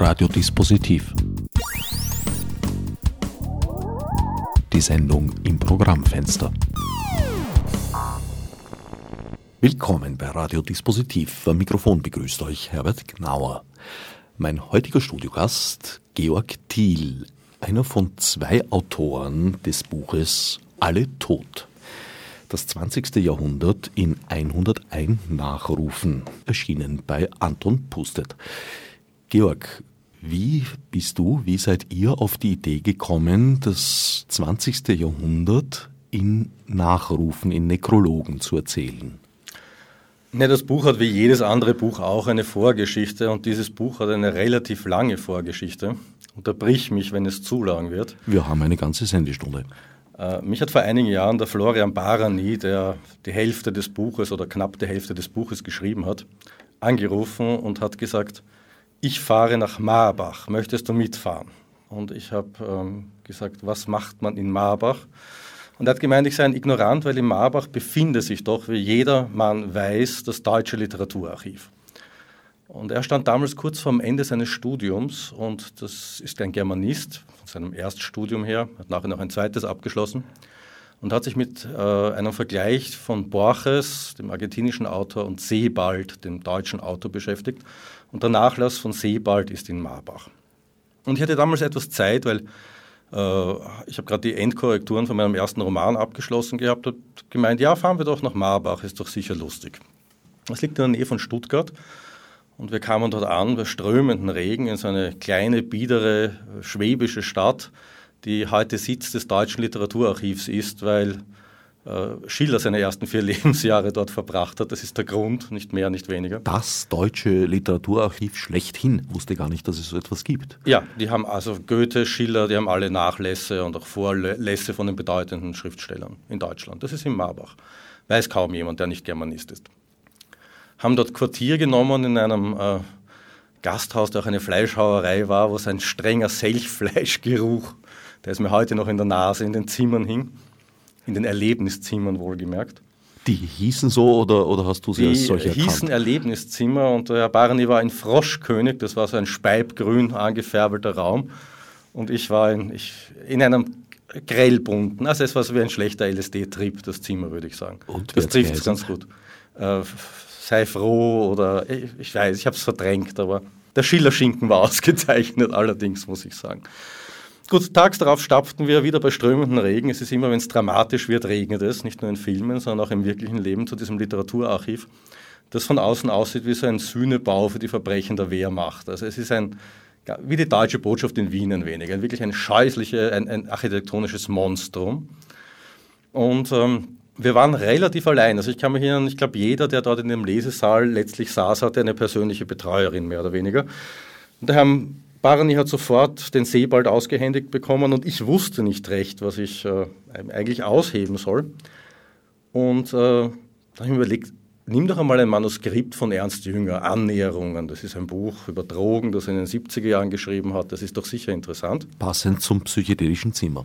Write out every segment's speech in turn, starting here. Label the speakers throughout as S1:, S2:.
S1: Radiodispositiv. Die Sendung im Programmfenster. Willkommen bei Radiodispositiv. Am Mikrofon begrüßt euch Herbert Gnauer. Mein heutiger Studiogast Georg Thiel, einer von zwei Autoren des Buches Alle tot. Das 20. Jahrhundert in 101 Nachrufen, erschienen bei Anton Pustet. Georg, wie seid ihr auf die Idee gekommen, das 20. Jahrhundert in Nachrufen, in Nekrologen zu erzählen?
S2: Ne, das Buch hat wie jedes andere Buch auch eine Vorgeschichte und dieses Buch hat eine relativ lange Vorgeschichte. Unterbrich mich, wenn es zu lang wird.
S1: Wir haben eine ganze Sendestunde.
S2: Mich hat vor einigen Jahren der Florian Barany, der die Hälfte des Buches oder knapp die Hälfte des Buches geschrieben hat, angerufen und hat gesagt, ich fahre nach Marbach, möchtest du mitfahren? Und ich habe gesagt, was macht man in Marbach? Und er hat gemeint, ich sei ein Ignorant, weil in Marbach befindet sich doch, wie jeder Mann weiß, das Deutsche Literaturarchiv. Und er stand damals kurz vor dem Ende seines Studiums und das ist ein Germanist, von seinem Erststudium her, hat nachher noch ein zweites abgeschlossen und hat sich mit einem Vergleich von Borges, dem argentinischen Autor, und Sebald, dem deutschen Autor, beschäftigt. Und der Nachlass von Sebald ist in Marbach. Und ich hatte damals etwas Zeit, weil ich habe gerade die Endkorrekturen von meinem ersten Roman abgeschlossen gehabt und gemeint, ja, fahren wir doch nach Marbach, ist doch sicher lustig. Das liegt in der Nähe von Stuttgart. Und wir kamen dort an bei strömenden Regen in so eine kleine, biedere, schwäbische Stadt, die heute Sitz des Deutschen Literaturarchivs ist, weil Schiller seine ersten 4 Lebensjahre dort verbracht hat. Das ist der Grund, nicht mehr, nicht weniger.
S1: Das Deutsche Literaturarchiv schlechthin. Wusste gar nicht, dass es so etwas gibt.
S2: Ja, die haben also Goethe, Schiller, die haben alle Nachlässe und auch Vorlässe von den bedeutenden Schriftstellern in Deutschland. Das ist in Marbach. Weiß kaum jemand, der nicht Germanist ist. Haben dort Quartier genommen in einem Gasthaus, der auch eine Fleischhauerei war, wo so ein strenger Selchfleischgeruch, der ist mir heute noch in der Nase, in den Zimmern hing, in den Erlebniszimmern wohlgemerkt.
S1: Die hießen so oder hast du sie als solche erkannt? Die
S2: hießen Erlebniszimmer und der Herr Barany war ein Froschkönig, das war so ein speibgrün angefärbelter Raum und ich war in einem grellbunten, also es war so wie ein schlechter LSD-Trip, das Zimmer, würde ich sagen. Und das trifft es ganz gut. Sei froh oder ich weiß, ich habe es verdrängt, aber der Schillerschinken war ausgezeichnet, allerdings muss ich sagen. Gut, tags darauf stapften wir wieder bei strömendem Regen. Es ist immer, wenn es dramatisch wird, regnet es, nicht nur in Filmen, sondern auch im wirklichen Leben zu diesem Literaturarchiv, das von außen aussieht wie so ein Sühnebau für die Verbrechen der Wehrmacht. Also es ist wie die Deutsche Botschaft in Wien ein wenig, wirklich ein architektonisches Monstrum. Und wir waren relativ allein. Also ich kann mich erinnern, ich glaube, jeder, der dort in dem Lesesaal letztlich saß, hatte eine persönliche Betreuerin, mehr oder weniger. Und der Herr Barany hat sofort den Sebald ausgehändigt bekommen und ich wusste nicht recht, was ich eigentlich ausheben soll. Und da habe ich mir überlegt, nimm doch einmal ein Manuskript von Ernst Jünger, Annäherungen. Das ist ein Buch über Drogen, das er in den 70er Jahren geschrieben hat. Das ist doch sicher interessant.
S1: Passend zum psychedelischen Zimmer.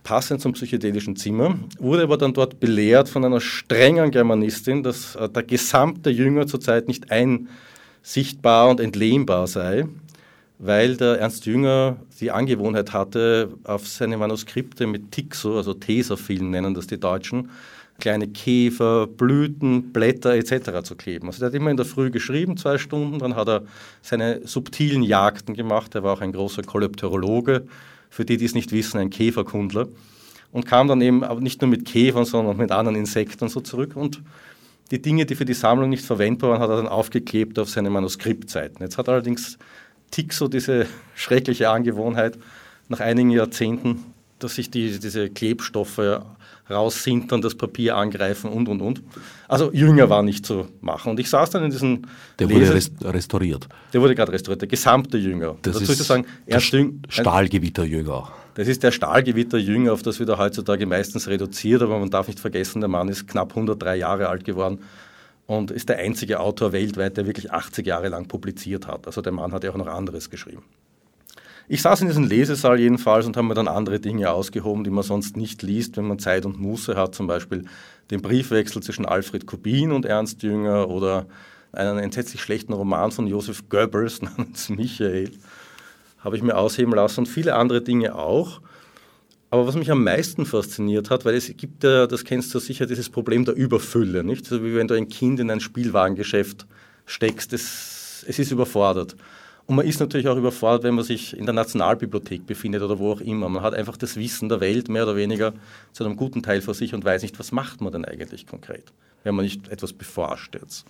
S1: Wurde aber dann dort belehrt von einer strengen Germanistin, dass der gesamte Jünger zurzeit nicht einsichtbar und entlehnbar sei, weil der Ernst Jünger die Angewohnheit hatte, auf seine Manuskripte mit Tixo, also Tesafilm nennen das die Deutschen, kleine Käfer, Blüten, Blätter etc. zu kleben. Also der hat immer in der Früh geschrieben, 2 Stunden, dann hat er seine subtilen Jagden gemacht, er war auch ein großer Kolepterologe, für die es nicht wissen, ein Käferkundler, und kam dann eben aber nicht nur mit Käfern, sondern auch mit anderen Insekten und so zurück. Und die Dinge, die für die Sammlung nicht verwendbar waren, hat er dann aufgeklebt auf seine Manuskriptseiten. Jetzt hat allerdings Tixo diese schreckliche Angewohnheit, nach einigen Jahrzehnten, dass sich diese Klebstoffe raussintern, das Papier angreifen und. Also Jünger war nicht zu machen. Und ich saß dann in diesem Der wurde restauriert.
S2: Der wurde gerade restauriert, der gesamte Jünger.
S1: Das ist Stahlgewitter-Jünger.
S2: Das ist der Stahlgewitter-Jünger, auf das wird er heutzutage meistens reduziert, aber man darf nicht vergessen, der Mann ist knapp 103 Jahre alt geworden und ist der einzige Autor weltweit, der wirklich 80 Jahre lang publiziert hat. Also der Mann hat ja auch noch anderes geschrieben. Ich saß in diesem Lesesaal jedenfalls und habe mir dann andere Dinge ausgehoben, die man sonst nicht liest, wenn man Zeit und Muße hat, zum Beispiel den Briefwechsel zwischen Alfred Kubin und Ernst Jünger oder einen entsetzlich schlechten Roman von Joseph Goebbels namens Michael.
S1: habe ich mir ausheben lassen und viele andere Dinge auch. Aber was mich am meisten fasziniert hat, weil es gibt ja, das kennst du sicher, dieses Problem der Überfülle, nicht? Also wie wenn du ein Kind in ein Spielwarengeschäft steckst, es ist überfordert. Und man ist natürlich auch überfordert, wenn man sich in der Nationalbibliothek befindet oder wo auch immer. Man hat einfach das Wissen der Welt mehr oder weniger zu einem guten Teil vor sich und weiß nicht, was macht man denn eigentlich konkret, wenn man nicht etwas beforscht jetzt.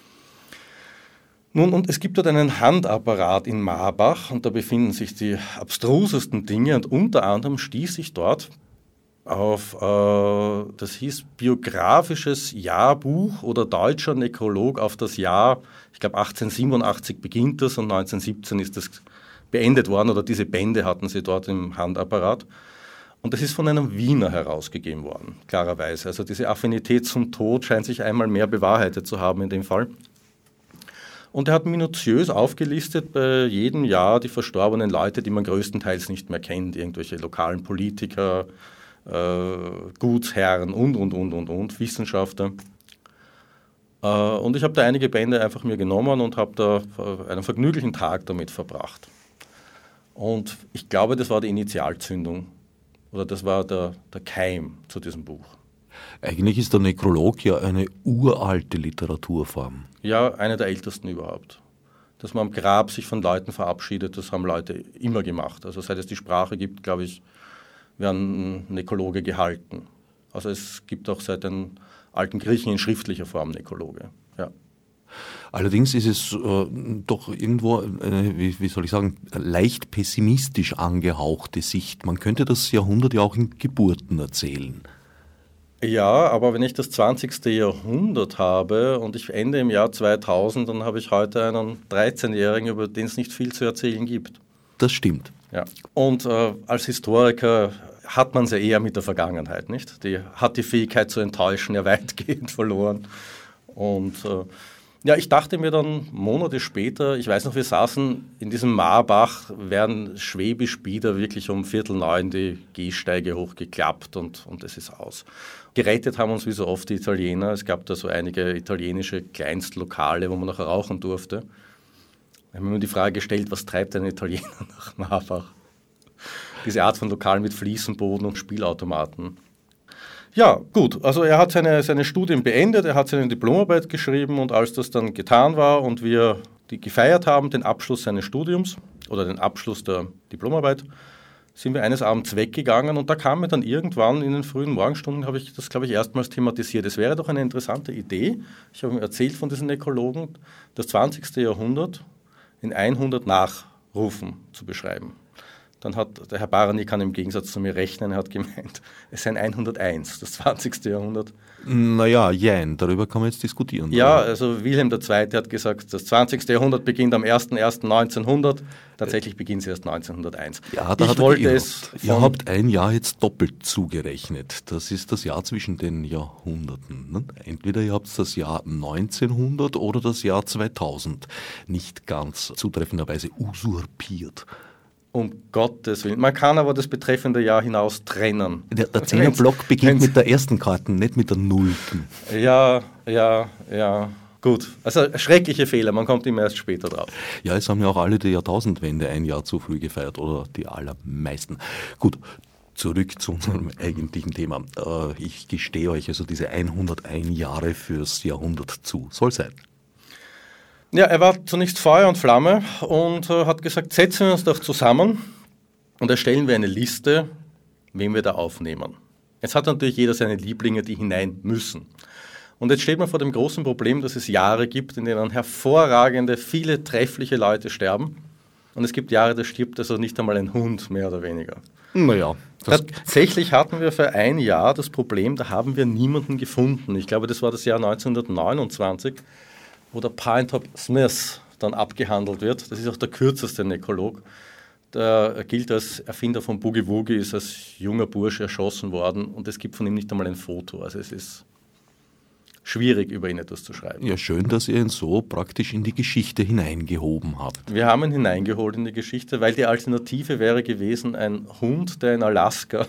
S1: Nun, und es gibt dort einen Handapparat in Marbach und da befinden sich die abstrusesten Dinge und unter anderem stieß ich dort auf, das hieß Biografisches Jahrbuch oder Deutscher Nekrolog auf das Jahr, ich glaube 1887 beginnt das und 1917 ist das beendet worden oder diese Bände hatten sie dort im Handapparat. Und das ist von einem Wiener herausgegeben worden, klarerweise. Also diese Affinität zum Tod scheint sich einmal mehr bewahrheitet zu haben in dem Fall. Und er hat minutiös aufgelistet bei jedem Jahr die verstorbenen Leute, die man größtenteils nicht mehr kennt, irgendwelche lokalen Politiker, Gutsherren und, Wissenschaftler. Und ich habe da einige Bände einfach mir genommen und habe da einen vergnüglichen Tag damit verbracht. Und ich glaube, das war die Initialzündung oder das war der Keim zu diesem Buch.
S3: Eigentlich ist der Nekrolog ja eine uralte Literaturform.
S1: Ja, eine der ältesten überhaupt. Dass man am Grab sich von Leuten verabschiedet, das haben Leute immer gemacht. Also seit es die Sprache gibt, glaube ich, werden Nekrologe gehalten. Also es gibt auch seit den alten Griechen in schriftlicher Form Nekrologe. Ja.
S3: Allerdings ist es doch irgendwo, wie soll ich sagen, leicht pessimistisch angehauchte Sicht. Man könnte das Jahrhundert ja auch in Geburten erzählen.
S1: Ja, aber wenn ich das 20. Jahrhundert habe und ich ende im Jahr 2000, dann habe ich heute einen 13-Jährigen, über den es nicht viel zu erzählen gibt.
S3: Das stimmt.
S1: Ja. Und als Historiker hat man es ja eher mit der Vergangenheit, nicht? Die hat die Fähigkeit zu enttäuschen ja weitgehend verloren. Und ja, ich dachte mir dann Monate später, ich weiß noch, wir saßen in diesem Marbach, während Schwäbisch Bieder wirklich um 8:45 die Gehsteige hochgeklappt und es ist aus. Gerettet haben uns wie so oft die Italiener. Es gab da so einige italienische Kleinstlokale, wo man noch rauchen durfte. Da haben wir mir die Frage gestellt, was treibt ein Italiener nach Marbach? Diese Art von Lokalen mit Fliesenboden und Spielautomaten. Ja, gut, also er hat seine Studien beendet, er hat seine Diplomarbeit geschrieben und als das dann getan war und wir die gefeiert haben, den Abschluss seines Studiums oder den Abschluss der Diplomarbeit, sind wir eines Abends weggegangen und da kam mir dann irgendwann in den frühen Morgenstunden, habe ich das, glaube ich, erstmals thematisiert. Es wäre doch eine interessante Idee, ich habe ihm erzählt von diesen Nekrologen, das 20. Jahrhundert in 100 Nachrufen zu beschreiben. Dann hat der Herr Barani kann im Gegensatz zu mir rechnen, er hat gemeint, es seien 101, das 20. Jahrhundert.
S3: Naja, darüber kann man jetzt diskutieren.
S1: Ja, also Wilhelm II. Hat gesagt, das 20. Jahrhundert beginnt am 01.01.1900, tatsächlich beginnt es erst 1901.
S3: Ja, da ihr habt ein Jahr jetzt doppelt zugerechnet. Das ist das Jahr zwischen den Jahrhunderten. Ne? Entweder ihr habt das Jahr 1900 oder das Jahr 2000 nicht ganz zutreffenderweise usurpiert.
S1: Um Gottes Willen. Man kann aber das betreffende Jahr hinaus trennen.
S3: Der 10er-Block beginnt mit der ersten Karte, nicht mit der nullten.
S1: Ja. Gut. Also schreckliche Fehler, man kommt immer erst später drauf.
S3: Ja, es haben ja auch alle die Jahrtausendwende ein Jahr zu früh gefeiert oder die allermeisten. Gut. Zurück zu unserem eigentlichen Thema. Ich gestehe euch also diese 101 Jahre fürs Jahrhundert zu. Soll sein.
S1: Ja, er war zunächst Feuer und Flamme und hat gesagt, setzen wir uns doch zusammen und erstellen wir eine Liste, wen wir da aufnehmen. Jetzt hat natürlich jeder seine Lieblinge, die hinein müssen. Und jetzt steht man vor dem großen Problem, dass es Jahre gibt, in denen hervorragende, viele treffliche Leute sterben. Und es gibt Jahre, da stirbt also nicht einmal ein Hund, mehr oder weniger.
S3: Naja.
S1: Tatsächlich hatten wir für ein Jahr das Problem, da haben wir niemanden gefunden. Ich glaube, das war das Jahr 1929. Wo der Pinetop Smith dann abgehandelt wird. Das ist auch der kürzeste Nekrolog. Der gilt als Erfinder von Boogie Woogie, ist als junger Bursche erschossen worden und es gibt von ihm nicht einmal ein Foto. Also es ist schwierig, über ihn etwas zu schreiben.
S3: Ja, schön, dass ihr ihn so praktisch in die Geschichte hineingehoben habt.
S1: Wir haben ihn hineingeholt in die Geschichte, weil die Alternative wäre gewesen, ein Hund, der in Alaska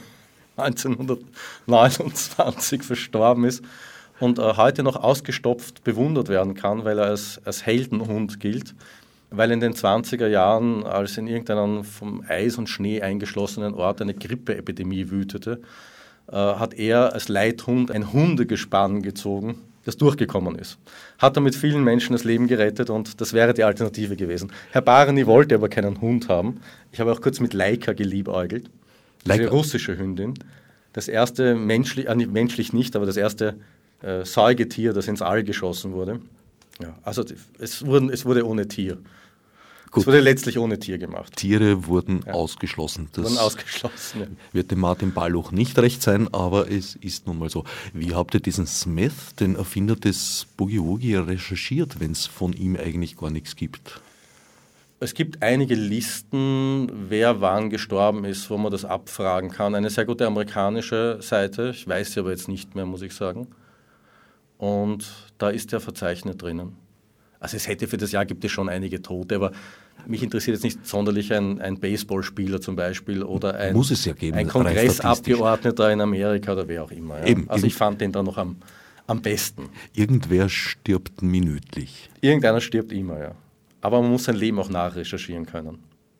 S1: 1929 verstorben ist, und heute noch ausgestopft bewundert werden kann, weil er als Heldenhund gilt, weil in den 20er Jahren, als in irgendeinem vom Eis und Schnee eingeschlossenen Ort eine Grippeepidemie wütete, hat er als Leithund ein Hundegespann gezogen, das durchgekommen ist. Hat damit vielen Menschen das Leben gerettet und das wäre die Alternative gewesen. Herr Barany wollte aber keinen Hund haben. Ich habe auch kurz mit Laika geliebäugelt, eine russische Hündin. Das erste, menschlich nicht, aber das erste Säugetier, das ins All geschossen wurde. Ja, also es wurde ohne Tier. Gut. Es wurde letztlich ohne Tier gemacht.
S3: Tiere wurden ausgeschlossen. Das
S1: wurden ausgeschlossen, ja.
S3: Wird dem Martin Balluch nicht recht sein, aber es ist nun mal so. Wie habt ihr diesen Smith, den Erfinder des Boogie Woogie, recherchiert, wenn es von ihm eigentlich gar nichts gibt?
S1: Es gibt einige Listen, wer wann gestorben ist, wo man das abfragen kann. Eine sehr gute amerikanische Seite, ich weiß sie aber jetzt nicht mehr, muss ich sagen. Und da ist der verzeichnet drinnen. Also es hätte für das Jahr gibt es schon einige Tote, aber mich interessiert jetzt nicht sonderlich ein Baseballspieler zum Beispiel oder ein Kongressabgeordneter in Amerika oder wer auch immer. Ja.
S3: Eben,
S1: also ich fand den da noch am besten.
S3: Irgendwer stirbt minütlich.
S1: Irgendeiner stirbt immer, ja. Aber man muss sein Leben auch nachrecherchieren können.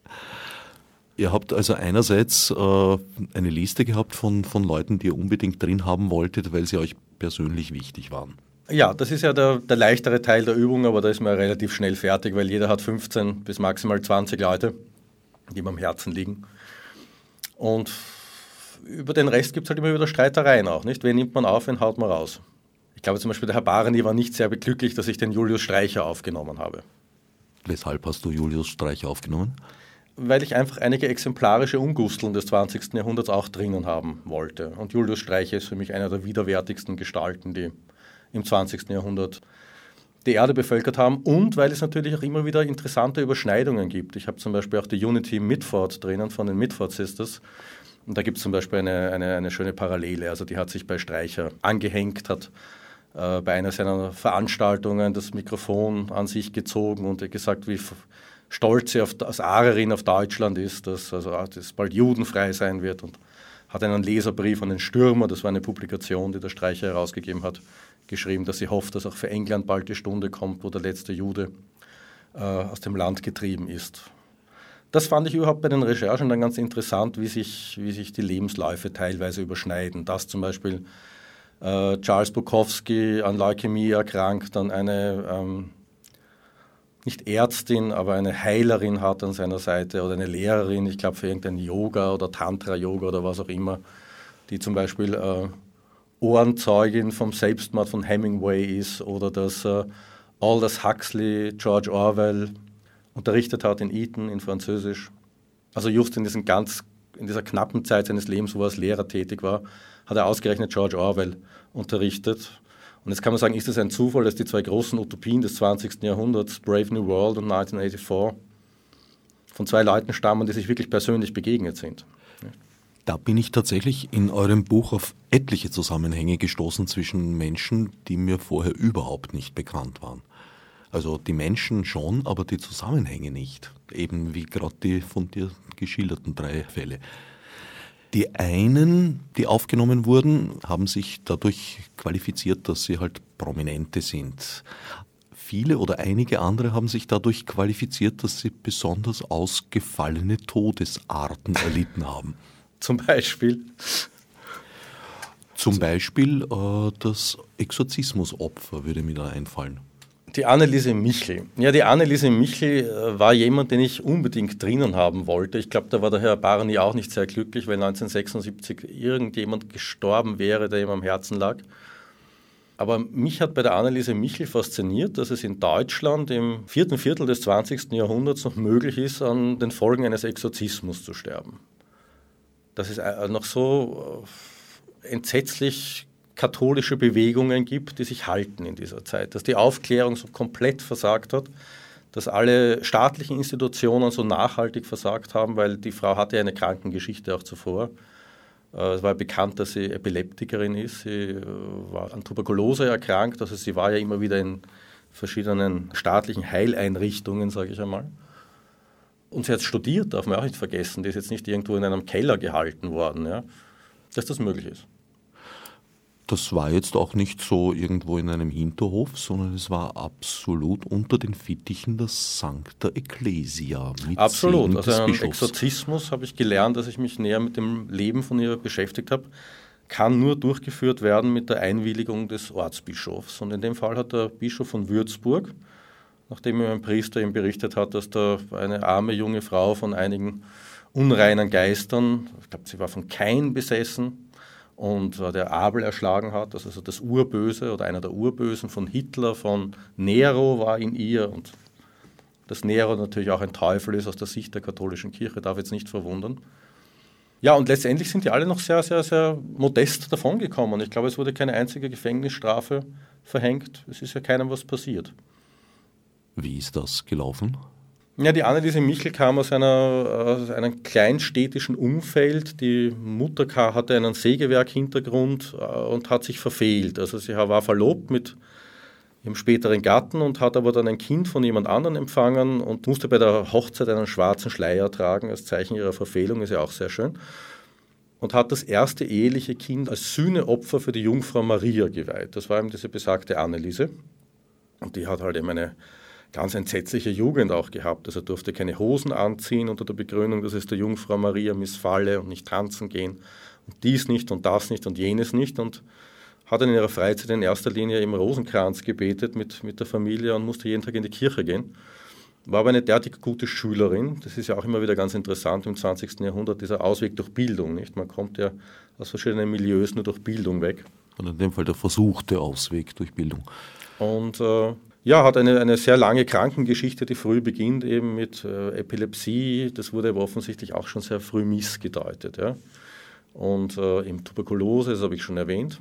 S3: Ihr habt also einerseits eine Liste gehabt von Leuten, die ihr unbedingt drin haben wolltet, weil sie euch persönlich wichtig waren.
S1: Ja, das ist ja der leichtere Teil der Übung, aber da ist man relativ schnell fertig, weil jeder hat 15 bis maximal 20 Leute, die ihm am Herzen liegen. Und über den Rest gibt es halt immer wieder Streitereien auch, nicht? Wen nimmt man auf, wen haut man raus? Ich glaube zum Beispiel, der Herr Barany war nicht sehr beglücklich, dass ich den Julius Streicher aufgenommen habe.
S3: Weshalb hast du Julius Streicher aufgenommen?
S1: Weil ich einfach einige exemplarische Ungusteln des 20. Jahrhunderts auch drinnen haben wollte. Und Julius Streicher ist für mich einer der widerwärtigsten Gestalten, die im 20. Jahrhundert die Erde bevölkert haben und weil es natürlich auch immer wieder interessante Überschneidungen gibt. Ich habe zum Beispiel auch die Unity Mitford drinnen von den Mitford Sisters und da gibt es zum Beispiel eine schöne Parallele. Also die hat sich bei Streicher angehängt, hat bei einer seiner Veranstaltungen das Mikrofon an sich gezogen und gesagt, wie stolz sie als Arerin auf Deutschland ist, dass das bald judenfrei sein wird und hat einen Leserbrief an den Stürmer, das war eine Publikation, die der Streicher herausgegeben hat, geschrieben, dass sie hofft, dass auch für England bald die Stunde kommt, wo der letzte Jude aus dem Land getrieben ist. Das fand ich überhaupt bei den Recherchen dann ganz interessant, wie sich die Lebensläufe teilweise überschneiden. Dass zum Beispiel Charles Bukowski an Leukämie erkrankt, dann eine nicht Ärztin, aber eine Heilerin hat an seiner Seite oder eine Lehrerin, ich glaube für irgendein Yoga oder Tantra-Yoga oder was auch immer, die zum Beispiel Ohrenzeugin vom Selbstmord von Hemingway ist oder dass Aldous Huxley George Orwell unterrichtet hat in Eton in Französisch. Also just in dieser knappen Zeit seines Lebens, wo er als Lehrer tätig war, hat er ausgerechnet George Orwell unterrichtet. Und jetzt kann man sagen, ist es ein Zufall, dass die zwei großen Utopien des 20. Jahrhunderts, Brave New World und 1984, von zwei Leuten stammen, die sich wirklich persönlich begegnet sind.
S3: Da bin ich tatsächlich in eurem Buch auf etliche Zusammenhänge gestoßen zwischen Menschen, die mir vorher überhaupt nicht bekannt waren. Also die Menschen schon, aber die Zusammenhänge nicht. Eben wie gerade die von dir geschilderten 3 Fälle. Die einen, die aufgenommen wurden, haben sich dadurch qualifiziert, dass sie halt Prominente sind. Viele oder einige andere haben sich dadurch qualifiziert, dass sie besonders ausgefallene Todesarten erlitten haben.
S1: Zum Beispiel?
S3: Zum Beispiel das Exorzismusopfer würde mir da einfallen.
S1: Die Anneliese Michel. Ja, die Anneliese Michel war jemand, den ich unbedingt drinnen haben wollte. Ich glaube, da war der Herr Barany auch nicht sehr glücklich, weil 1976 irgendjemand gestorben wäre, der ihm am Herzen lag. Aber mich hat bei der Anneliese Michel fasziniert, dass es in Deutschland im 4. Viertel des 20. Jahrhunderts noch möglich ist, an den Folgen eines Exorzismus zu sterben. Dass es noch so entsetzlich katholische Bewegungen gibt, die sich halten in dieser Zeit. Dass die Aufklärung so komplett versagt hat, dass alle staatlichen Institutionen so nachhaltig versagt haben, weil die Frau hatte ja eine Krankengeschichte auch zuvor. Es war bekannt, dass sie Epileptikerin ist. Sie war an Tuberkulose erkrankt, also sie war ja immer wieder in verschiedenen staatlichen Heileinrichtungen, sage ich einmal. Und sie hat studiert, darf man auch nicht vergessen. Die ist jetzt nicht irgendwo in einem Keller gehalten worden, ja, dass das möglich ist.
S3: Das war jetzt auch nicht so irgendwo in einem Hinterhof, sondern es war absolut unter den Fittichen der Sancta Ecclesia.
S2: Absolut. Also im Exorzismus habe ich gelernt, dass ich mich näher mit dem Leben von ihr beschäftigt habe, kann nur durchgeführt werden mit der Einwilligung des Ortsbischofs. Und in dem Fall hat der Bischof von Würzburg, nachdem mir ein Priester ihm berichtet hat, dass da eine arme junge Frau von einigen unreinen Geistern, ich glaube, sie war von Kain besessen, und der Abel erschlagen hat, also das Urböse oder einer der Urbösen von Hitler, von Nero war in ihr, und dass Nero natürlich auch ein Teufel ist aus der Sicht der katholischen Kirche, darf jetzt nicht verwundern. Ja, und letztendlich sind die alle noch sehr, sehr, sehr modest davongekommen. Ich glaube, es wurde keine einzige Gefängnisstrafe verhängt. Es ist ja keinem was passiert.
S3: Wie ist das gelaufen?
S2: Ja, die Anneliese Michel kam aus einem kleinstädtischen Umfeld. Die Mutter hatte einen Sägewerk-Hintergrund und hat sich verfehlt. Also sie war verlobt mit ihrem späteren Gatten und hat aber dann ein Kind von jemand anderem empfangen und musste bei der Hochzeit einen schwarzen Schleier tragen, als Zeichen ihrer Verfehlung, ist ja auch sehr schön. Und hat das erste eheliche Kind als Sühneopfer für die Jungfrau Maria geweiht. Das war eben diese besagte Anneliese. Und die hat halt eben eine ganz entsetzliche Jugend auch gehabt. Also durfte keine Hosen anziehen unter der Begründung, dass es der Jungfrau Maria missfalle und nicht tanzen gehen. Und dies nicht und das nicht und jenes nicht. Und hat in ihrer Freizeit in erster Linie im Rosenkranz gebetet mit der Familie und musste jeden Tag in die Kirche gehen. War aber eine derartig gute Schülerin. Das ist ja auch immer wieder ganz interessant im 20. Jahrhundert, dieser Ausweg durch Bildung. Nicht? Man kommt ja aus verschiedenen Milieus nur durch Bildung weg.
S3: Und in dem Fall der versuchte Ausweg durch Bildung.
S2: Und hat eine sehr lange Krankengeschichte, die früh beginnt, eben mit Epilepsie. Das wurde aber offensichtlich auch schon sehr früh missgedeutet. Ja? Und eben Tuberkulose, das habe ich schon erwähnt.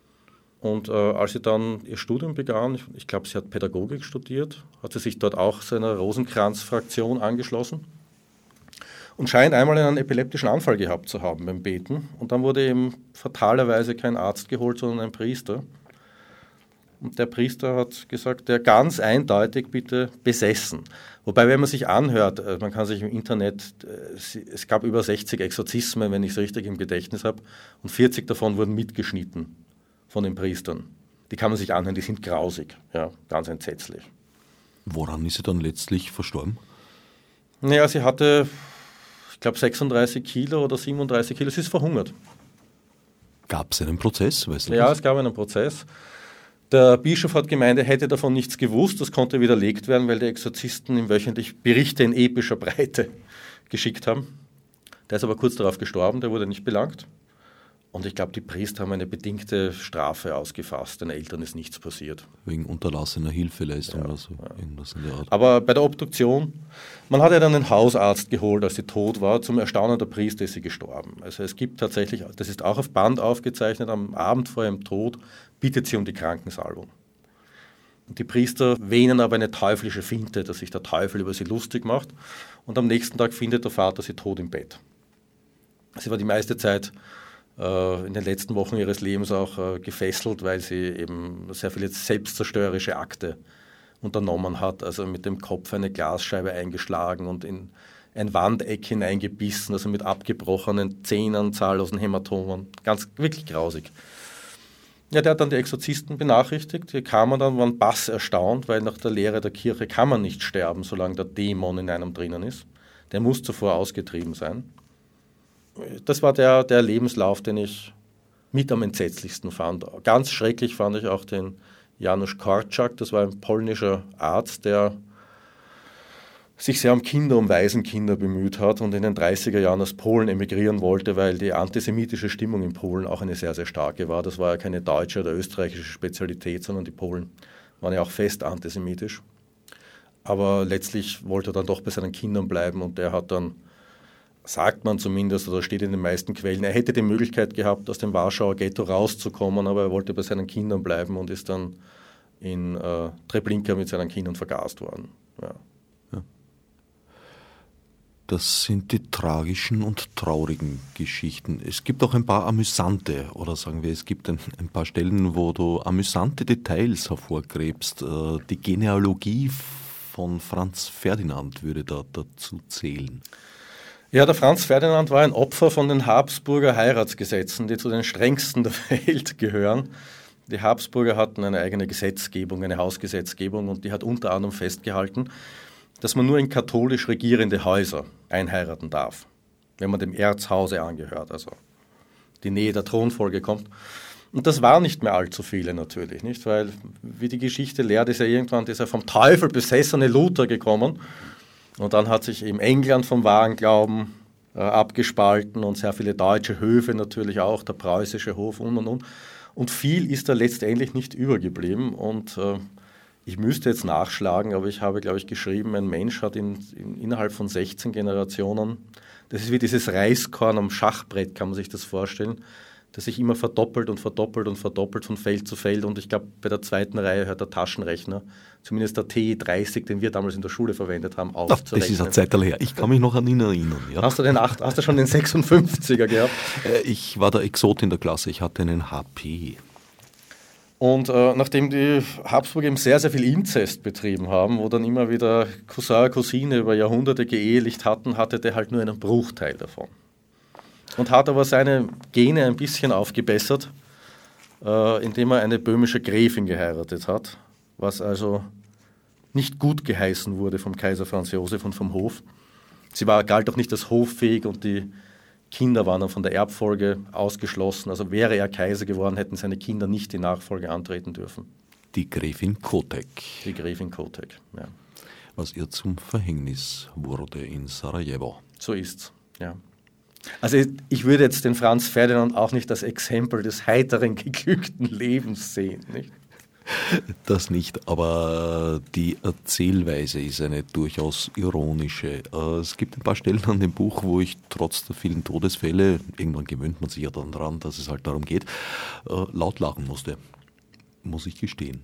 S2: Und als sie dann ihr Studium begann, ich glaube, sie hat Pädagogik studiert, hat sie sich dort auch seiner Rosenkranz-Fraktion angeschlossen und scheint einmal einen epileptischen Anfall gehabt zu haben beim Beten. Und dann wurde eben fatalerweise kein Arzt geholt, sondern ein Priester. Und der Priester hat gesagt, der ganz eindeutig bitte besessen. Wobei, wenn man sich anhört, man kann sich im Internet, es gab über 60 Exorzismen, wenn ich es richtig im Gedächtnis habe, und 40 davon wurden mitgeschnitten von den Priestern. Die kann man sich anhören, die sind grausig, ja, ganz entsetzlich.
S3: Woran ist sie dann letztlich verstorben?
S2: Naja, sie hatte, ich glaube, 36 Kilo oder 37 Kilo, sie ist verhungert.
S3: Gab es einen Prozess? Weißt du
S2: ja,
S3: das?
S2: Es gab einen Prozess. Der Bischof hat gemeint, er hätte davon nichts gewusst. Das konnte widerlegt werden, weil die Exorzisten ihm wöchentlich Berichte in epischer Breite geschickt haben. Der ist aber kurz darauf gestorben, der wurde nicht belangt. Und ich glaube, die Priester haben eine bedingte Strafe ausgefasst. Den Eltern ist nichts passiert.
S3: Wegen unterlassener Hilfeleistung oder so. Irgendwas in der Art.
S2: Aber bei der Obduktion, man hat ja dann einen Hausarzt geholt, als sie tot war. Zum Erstaunen der Priester ist sie gestorben. Also es gibt tatsächlich, das ist auch auf Band aufgezeichnet, am Abend vor ihrem Tod bittet sie um die Krankensalbung. Und die Priester wähnen aber eine teuflische Finte, dass sich der Teufel über sie lustig macht. Und am nächsten Tag findet der Vater sie tot im Bett. Sie war die meiste Zeit in den letzten Wochen ihres Lebens auch gefesselt, weil sie eben sehr viele selbstzerstörerische Akte unternommen hat, also mit dem Kopf eine Glasscheibe eingeschlagen und in ein Wandeck hineingebissen, also mit abgebrochenen Zähnen, zahllosen Hämatomen, ganz wirklich grausig. Ja, der hat dann die Exorzisten benachrichtigt, die kamen dann, waren bass erstaunt, weil nach der Lehre der Kirche kann man nicht sterben, solange der Dämon in einem drinnen ist. Der muss zuvor ausgetrieben sein. Das war der Lebenslauf, den ich mit am entsetzlichsten fand. Ganz schrecklich fand ich auch den Janusz Korczak, das war ein polnischer Arzt, der sich sehr um Kinder, um Waisenkinder bemüht hat und in den 30er Jahren aus Polen emigrieren wollte, weil die antisemitische Stimmung in Polen auch eine sehr, sehr starke war. Das war ja keine deutsche oder österreichische Spezialität, sondern die Polen waren ja auch fest antisemitisch. Aber letztlich wollte er dann doch bei seinen Kindern bleiben und der hat dann, sagt man zumindest, oder steht in den meisten Quellen, er hätte die Möglichkeit gehabt, aus dem Warschauer Ghetto rauszukommen, aber er wollte bei seinen Kindern bleiben und ist dann in Treblinka mit seinen Kindern vergast worden. Ja.
S3: Das sind die tragischen und traurigen Geschichten. Es gibt auch ein paar amüsante, oder sagen wir, es gibt ein paar Stellen, wo du amüsante Details hervorgräbst. Die Genealogie von Franz Ferdinand würde da dazu zählen.
S1: Ja, der Franz Ferdinand war ein Opfer von den Habsburger Heiratsgesetzen, die zu den strengsten der Welt gehören. Die Habsburger hatten eine eigene Gesetzgebung, eine Hausgesetzgebung, und die hat unter anderem festgehalten, dass man nur in katholisch regierende Häuser einheiraten darf, wenn man dem Erzhause angehört, also die Nähe der Thronfolge kommt. Und das waren nicht mehr allzu viele natürlich, nicht? Weil, wie die Geschichte lehrt, ist ja irgendwann dieser vom Teufel besessene Luther gekommen. Und dann hat sich eben England vom wahren Glauben abgespalten und sehr viele deutsche Höfe natürlich auch, der preußische Hof und. Und viel ist da letztendlich nicht übergeblieben. Und ich müsste jetzt nachschlagen, aber ich habe, glaube ich, geschrieben, ein Mensch hat innerhalb von 16 Generationen, das ist wie dieses Reiskorn am Schachbrett, kann man sich das vorstellen, das sich immer verdoppelt und verdoppelt und verdoppelt von Feld zu Feld. Und ich glaube, bei der zweiten Reihe hört der Taschenrechner, zumindest der TE30, den wir damals in der Schule verwendet haben, auf zu rechnen.
S3: Das ist eine Zeit her. Ich kann mich noch an ihn erinnern. Ja.
S1: Hast du schon den 56er gehabt?
S3: Ich war der Exot in der Klasse. Ich hatte einen HP.
S1: Und nachdem die Habsburger eben sehr, sehr viel Inzest betrieben haben, wo dann immer wieder Cousin, Cousine über Jahrhunderte geehelicht hatten, hatte der halt nur einen Bruchteil davon. Und hat aber seine Gene ein bisschen aufgebessert, indem er eine böhmische Gräfin geheiratet hat, was also nicht gut geheißen wurde vom Kaiser Franz Josef und vom Hof. Sie galt auch nicht als hoffähig und die Kinder waren dann von der Erbfolge ausgeschlossen. Also wäre er Kaiser geworden, hätten seine Kinder nicht die Nachfolge antreten dürfen.
S3: Die Gräfin Kotek.
S1: Die Gräfin Kotek, ja.
S3: Was ihr zum Verhängnis wurde in Sarajevo.
S1: So ist's, ja. Also ich würde jetzt den Franz Ferdinand auch nicht als Exempel des heiteren, geglückten Lebens sehen, nicht?
S3: Das nicht, aber die Erzählweise ist eine durchaus ironische. Es gibt ein paar Stellen an dem Buch, wo ich trotz der vielen Todesfälle, irgendwann gewöhnt man sich ja dann daran, dass es halt darum geht, laut lachen musste, muss ich gestehen.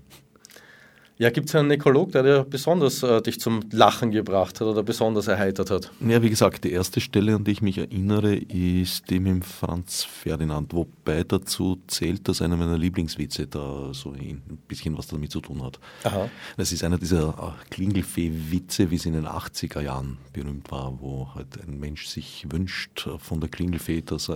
S1: Ja, gibt es einen Nekrolog, der dir besonders dich zum Lachen gebracht hat oder besonders erheitert hat?
S3: Ja, wie gesagt, die erste Stelle, an die ich mich erinnere, ist die mit dem Franz Ferdinand, wobei dazu zählt, dass einer meiner Lieblingswitze da so ein bisschen was damit zu tun hat. Aha. Das ist einer dieser Klingelfee-Witze, wie es in den 80er Jahren berühmt war, wo halt ein Mensch sich wünscht von der Klingelfee, dass er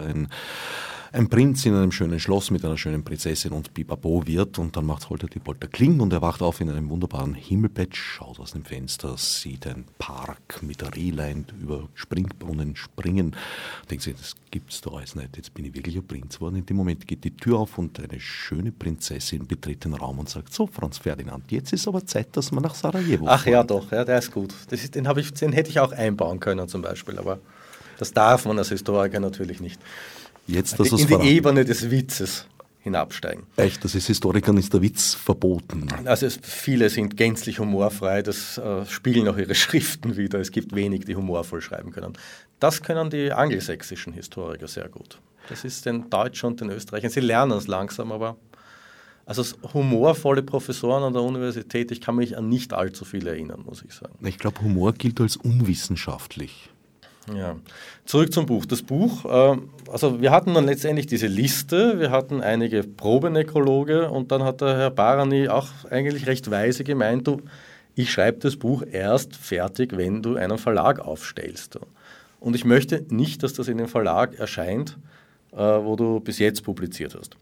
S3: ein Prinz in einem schönen Schloss mit einer schönen Prinzessin und Bibabo wird, und dann macht Holter die Polter Kling und er wacht auf in einem wunderbaren Himmelbett, schaut aus dem Fenster, sieht ein Park mit Rehlein über Springbrunnen springen, denkt sich, das gibt's doch alles nicht, jetzt bin ich wirklich ein Prinz geworden. In dem Moment geht die Tür auf und eine schöne Prinzessin betritt den Raum und sagt, so Franz Ferdinand, jetzt ist aber Zeit, dass wir nach Sarajevo fahren.
S1: Ach ja doch, ja, der ist gut. Den hätte ich auch einbauen können zum Beispiel, aber das darf man als Historiker natürlich nicht.
S3: Jetzt,
S1: in die Ebene des Witzes hinabsteigen.
S3: Echt, das ist Historikern ist der Witz verboten.
S1: Also viele sind gänzlich humorfrei, das spiegeln auch ihre Schriften wider. Es gibt wenig, die humorvoll schreiben können. Das können die angelsächsischen Historiker sehr gut. Das ist den Deutschen und den Österreichern. Sie lernen es langsam, aber also humorvolle Professoren an der Universität, ich kann mich an nicht allzu viele erinnern, muss ich sagen.
S3: Ich glaube, Humor gilt als unwissenschaftlich.
S1: Ja, zurück zum Buch. Das Buch, also wir hatten dann letztendlich diese Liste, wir hatten einige Probenekrologe und dann hat der Herr Barany auch eigentlich recht weise gemeint, ich schreibe das Buch erst fertig, wenn du einen Verlag aufstellst. Und ich möchte nicht, dass das in dem Verlag erscheint, wo du bis jetzt publiziert hast.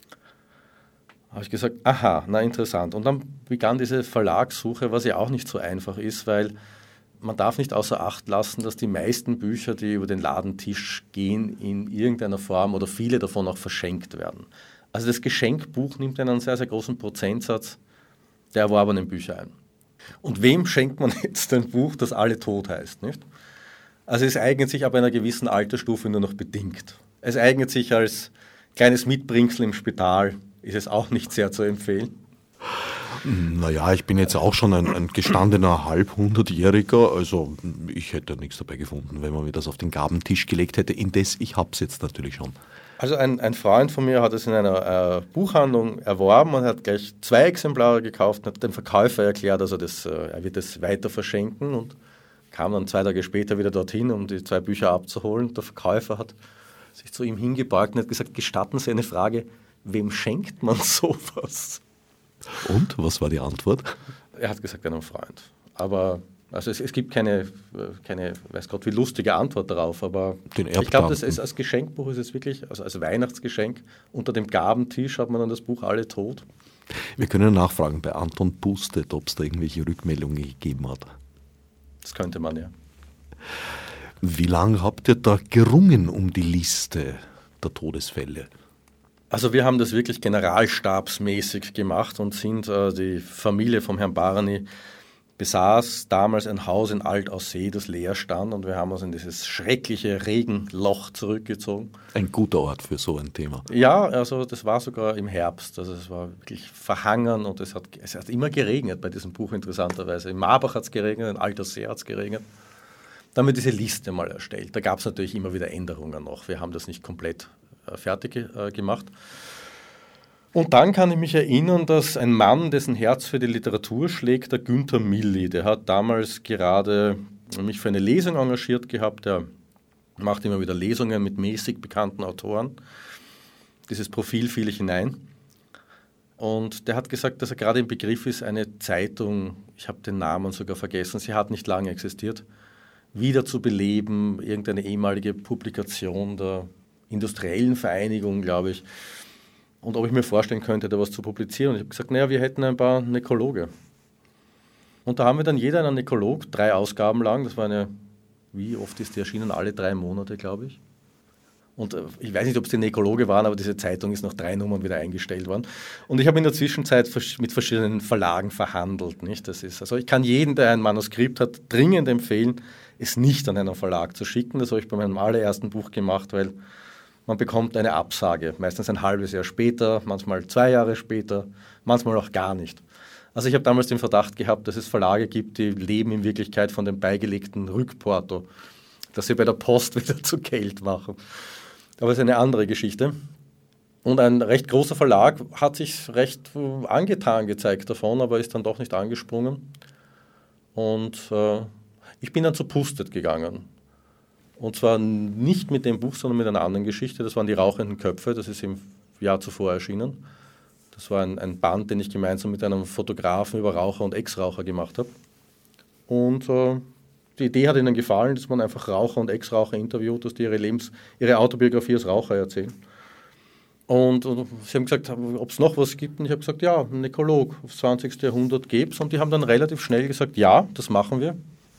S1: Da habe ich gesagt, aha, na interessant. Und dann begann diese Verlagssuche, was ja auch nicht so einfach ist, weil man darf nicht außer Acht lassen, dass die meisten Bücher, die über den Ladentisch gehen, in irgendeiner Form oder viele davon auch verschenkt werden. Also das Geschenkbuch nimmt einen sehr, sehr großen Prozentsatz der erworbenen Bücher ein. Und wem schenkt man jetzt ein Buch, das alle tot heißt, nicht? Also es eignet sich ab einer gewissen Altersstufe nur noch bedingt. Es eignet sich als kleines Mitbringsel im Spital, ist es auch nicht sehr zu empfehlen.
S3: Naja, ich bin jetzt auch schon ein gestandener Halb-100-Jähriger, also ich hätte nichts dabei gefunden, wenn man mir das auf den Gabentisch gelegt hätte. Indes, ich habe es jetzt natürlich schon.
S1: Also ein Freund von mir hat es in einer Buchhandlung erworben und hat gleich 2 Exemplare gekauft und hat dem Verkäufer erklärt, also er wird es weiter verschenken, und kam dann 2 Tage später wieder dorthin, um die 2 Bücher abzuholen. Der Verkäufer hat sich zu ihm hingebeugt und hat gesagt, gestatten Sie eine Frage, wem schenkt man sowas?
S3: Und, was war die Antwort?
S1: Er hat gesagt, einem Freund. Aber Also es gibt keine, weiß Gott wie lustige Antwort darauf, aber ich glaube, als Geschenkbuch ist es wirklich, also als Weihnachtsgeschenk, unter dem Gabentisch hat man dann das Buch Alle tot.
S3: Wir können nachfragen bei Anton Pustet, ob es da irgendwelche Rückmeldungen gegeben hat.
S1: Das könnte man, ja.
S3: Wie lange habt ihr da gerungen um die Liste der Todesfälle?
S1: Also wir haben das wirklich generalstabsmäßig gemacht und sind, die Familie vom Herrn Barany besaß damals ein Haus in Altaussee, das leer stand, und wir haben uns in dieses schreckliche Regenloch zurückgezogen.
S3: Ein guter Ort für so ein Thema.
S1: Ja, also das war sogar im Herbst, also es war wirklich verhangen und es hat immer geregnet bei diesem Buch, interessanterweise. In Marbach hat es geregnet, in Altaussee hat es geregnet. Da haben wir diese Liste mal erstellt. Da gab es natürlich immer wieder Änderungen noch. Wir haben das nicht komplett fertig gemacht. Und dann kann ich mich erinnern, dass ein Mann, dessen Herz für die Literatur schlägt, der Günther Milli, der hat damals gerade mich für eine Lesung engagiert gehabt. Der macht immer wieder Lesungen mit mäßig bekannten Autoren. Dieses Profil fiel ich hinein. Und der hat gesagt, dass er gerade im Begriff ist, eine Zeitung, ich habe den Namen sogar vergessen, sie hat nicht lange existiert, wieder zu beleben, irgendeine ehemalige Publikation der Industriellen Vereinigung, glaube ich. Und ob ich mir vorstellen könnte, da was zu publizieren. Und ich habe gesagt, naja, wir hätten ein paar Nekrologe. Und da haben wir dann jeder einen Nekrolog, 3 Ausgaben lang. Das war wie oft ist die erschienen? Alle 3 Monate, glaube ich. Und ich weiß nicht, ob es die Nekrologe waren, aber diese Zeitung ist nach 3 Nummern wieder eingestellt worden. Und ich habe in der Zwischenzeit mit verschiedenen Verlagen verhandelt. Nicht? Also ich kann jeden, der ein Manuskript hat, dringend empfehlen, es nicht an einen Verlag zu schicken. Das habe ich bei meinem allerersten Buch gemacht, weil man bekommt eine Absage, meistens ein halbes Jahr später, manchmal 2 Jahre später, manchmal auch gar nicht. Also ich habe damals den Verdacht gehabt, dass es Verlage gibt, die leben in Wirklichkeit von dem beigelegten Rückporto, dass sie bei der Post wieder zu Geld machen. Aber das ist eine andere Geschichte. Und ein recht großer Verlag hat sich recht angetan gezeigt davon, aber ist dann doch nicht angesprungen. Und ich bin dann zu Pustet gegangen. Und zwar nicht mit dem Buch, sondern mit einer anderen Geschichte. Das waren die rauchenden Köpfe, das ist im Jahr zuvor erschienen. Das war ein Band, den ich gemeinsam mit einem Fotografen über Raucher und Ex-Raucher gemacht habe. Und die Idee hat ihnen gefallen, dass man einfach Raucher und Ex-Raucher interviewt, dass die ihre Autobiografie als Raucher erzählen. Und sie haben gesagt, ob es noch was gibt. Und ich habe gesagt, ja, ein Nekrolog aufs 20. Jahrhundert gäbe es. Und die haben dann relativ schnell gesagt, ja, das machen wir.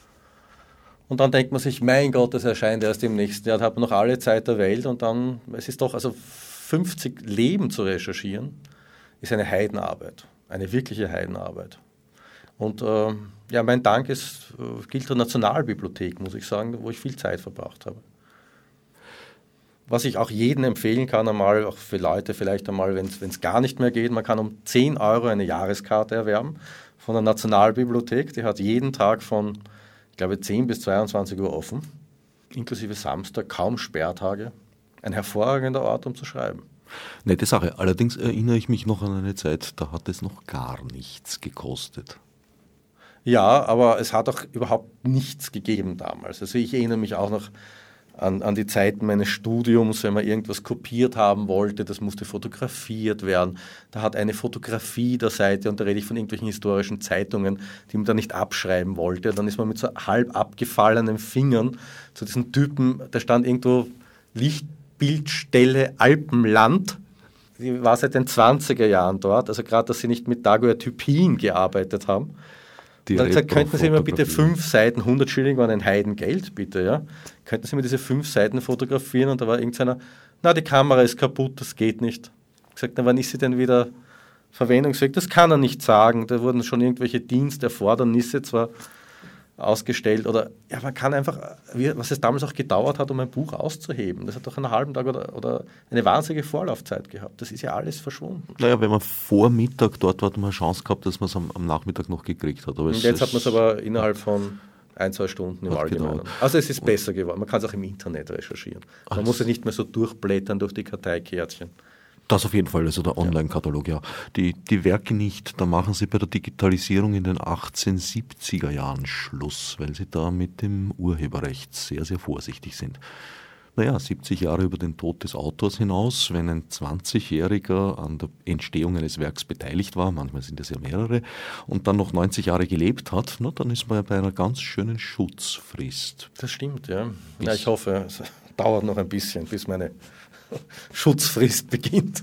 S1: Und dann denkt man sich, mein Gott, das erscheint erst im nächsten Jahr, da hat man noch alle Zeit der Welt. Und dann, es ist doch, also 50 Leben zu recherchieren, ist eine Heidenarbeit, eine wirkliche Heidenarbeit. Und ja, mein Dank gilt der Nationalbibliothek, muss ich sagen, wo ich viel Zeit verbracht habe. Was ich auch jedem empfehlen kann, einmal, auch für Leute vielleicht einmal, wenn es gar nicht mehr geht, man kann um 10 € eine Jahreskarte erwerben von der Nationalbibliothek. Die hat jeden Tag von, ich glaube, 10 bis 22 Uhr offen, inklusive Samstag, kaum Sperrtage. Ein hervorragender Ort, um zu schreiben.
S3: Nette Sache. Allerdings erinnere ich mich noch an eine Zeit, da hat es noch gar nichts gekostet.
S1: Ja, aber es hat auch überhaupt nichts gegeben damals. Also ich erinnere mich auch noch an die Zeiten meines Studiums, wenn man irgendwas kopiert haben wollte, das musste fotografiert werden. Da hat eine Fotografie der Seite, und da rede ich von irgendwelchen historischen Zeitungen, die man da nicht abschreiben wollte. Dann ist man mit so halb abgefallenen Fingern zu diesem Typen, da stand irgendwo Lichtbildstelle Alpenland. Die war seit den 20er Jahren dort, also gerade, dass sie nicht mit Daguerreotypien gearbeitet haben. Und dann gesagt, könnten Sie mir bitte 5 Seiten, 100 Schilling waren ein Heidengeld, bitte, ja. Könnten Sie mir diese 5 Seiten fotografieren? Und da war irgendeiner, na, die Kamera ist kaputt, das geht nicht. Ich habe gesagt, na, wann ist sie denn wieder verwendungsfähig? Das kann er nicht sagen. Da wurden schon irgendwelche Diensterfordernisse zwar ausgestellt, oder ja, man kann einfach, was es damals auch gedauert hat, um ein Buch auszuheben. Das hat doch einen halben Tag oder eine wahnsinnige Vorlaufzeit gehabt. Das ist ja alles verschwunden.
S3: Naja, wenn man vor Mittag dort war, hat man eine Chance gehabt, dass man es am Nachmittag noch gekriegt hat. Aber
S1: und jetzt hat man es aber innerhalb von 1-2 Stunden im Allgemeinen. Gedauert. Also es ist besser geworden. Man kann es auch im Internet recherchieren. Man muss es nicht mehr so durchblättern durch die Karteikärtchen.
S3: Das auf jeden Fall, also der Online-Katalog, ja. Die Werke nicht, da machen sie bei der Digitalisierung in den 1870er Jahren Schluss, weil sie da mit dem Urheberrecht sehr, sehr vorsichtig sind. Naja, 70 Jahre über den Tod des Autors hinaus, wenn ein 20-Jähriger an der Entstehung eines Werks beteiligt war, manchmal sind es ja mehrere, und dann noch 90 Jahre gelebt hat, na, dann ist man bei einer ganz schönen Schutzfrist.
S1: Das stimmt, ja. Ja, ich hoffe, es dauert noch ein bisschen, bis meine Schutzfrist beginnt.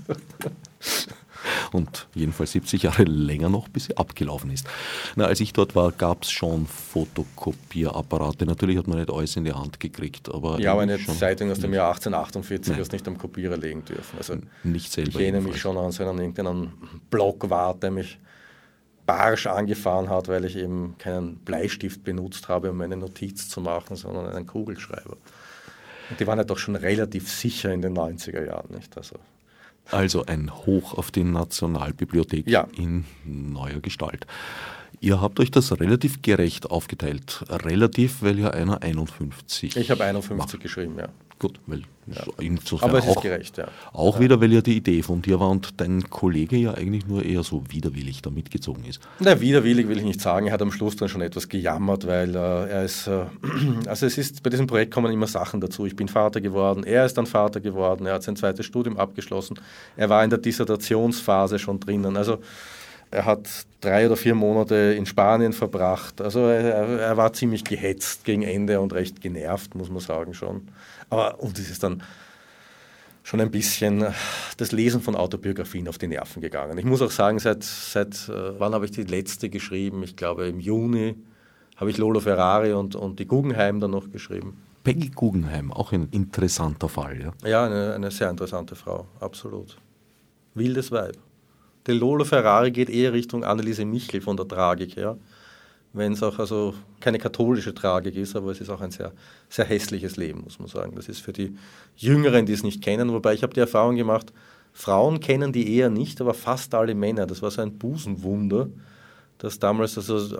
S3: Und jedenfalls 70 Jahre länger noch, bis sie abgelaufen ist. Na, als ich dort war, gab es schon Fotokopierapparate. Natürlich hat man nicht alles in die Hand gekriegt. Aber
S1: ja, aber eine Zeitung aus dem Jahr 1848 hast nicht am Kopierer legen dürfen. Also
S3: nicht selber.
S1: Ich erinnere mich schon an so einen Blockwart, der mich barsch angefahren hat, weil ich eben keinen Bleistift benutzt habe, um eine Notiz zu machen, sondern einen Kugelschreiber. Und die waren ja doch schon relativ sicher in den 90er Jahren, nicht?
S3: Also ein Hoch auf die Nationalbibliothek in neuer Gestalt. Ihr habt euch das relativ gerecht aufgeteilt. Relativ, weil ja einer 51.
S1: Ich habe 51 geschrieben, ja.
S3: Gut, weil
S1: insofern aber es ist gerecht, ja.
S3: Auch wieder, weil ja die Idee von dir war und dein Kollege ja eigentlich nur eher so widerwillig da mitgezogen ist.
S1: Na, widerwillig will ich nicht sagen. Er hat am Schluss dann schon etwas gejammert, weil er ist, also es ist, bei diesem Projekt kommen immer Sachen dazu. Ich bin Vater geworden, er ist dann Vater geworden, er hat sein zweites Studium abgeschlossen, er war in der Dissertationsphase schon drinnen. Also er hat 3 oder 4 Monate in Spanien verbracht. Also er war ziemlich gehetzt gegen Ende und recht genervt, muss man sagen schon. Aber uns ist es dann schon ein bisschen das Lesen von Autobiografien auf die Nerven gegangen. Ich muss auch sagen, seit wann habe ich die letzte geschrieben? Ich glaube im Juni habe ich Lolo Ferrari und die Guggenheim dann noch geschrieben.
S3: Peggy Guggenheim, auch ein interessanter Fall, ja?
S1: Ja, eine sehr interessante Frau, absolut. Wildes Weib. Der Lolo Ferrari geht eher Richtung Anneliese Michel von der Tragik her, wenn es auch also keine katholische Tragik ist, aber es ist auch ein sehr, sehr hässliches Leben, muss man sagen. Das ist für die Jüngeren, die es nicht kennen, wobei ich habe die Erfahrung gemacht, Frauen kennen die eher nicht, aber fast alle Männer. Das war so ein Busenwunder, das damals also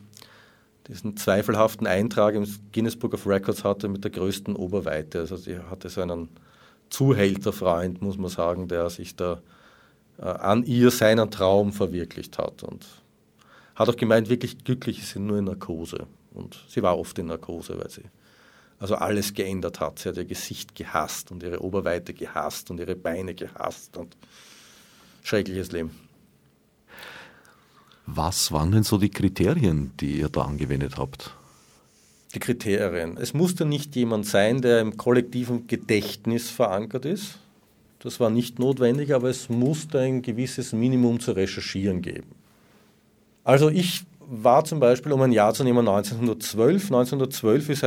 S1: diesen zweifelhaften Eintrag im Guinness Book of Records hatte mit der größten Oberweite. Also sie hatte so einen Zuhälterfreund, muss man sagen, der sich da an ihr seinen Traum verwirklicht hat und hat auch gemeint, wirklich glücklich ist sie nur in Narkose. Und sie war oft in Narkose, weil sie also alles geändert hat. Sie hat ihr Gesicht gehasst und ihre Oberweite gehasst und ihre Beine gehasst und schreckliches Leben.
S3: Was waren denn so die Kriterien, die ihr da angewendet habt?
S1: Die Kriterien. Es musste nicht jemand sein, der im kollektiven Gedächtnis verankert ist. Das war nicht notwendig, aber es musste ein gewisses Minimum zu recherchieren geben. Also ich war zum Beispiel, um ein Jahr zu nehmen, 1912. 1912 ist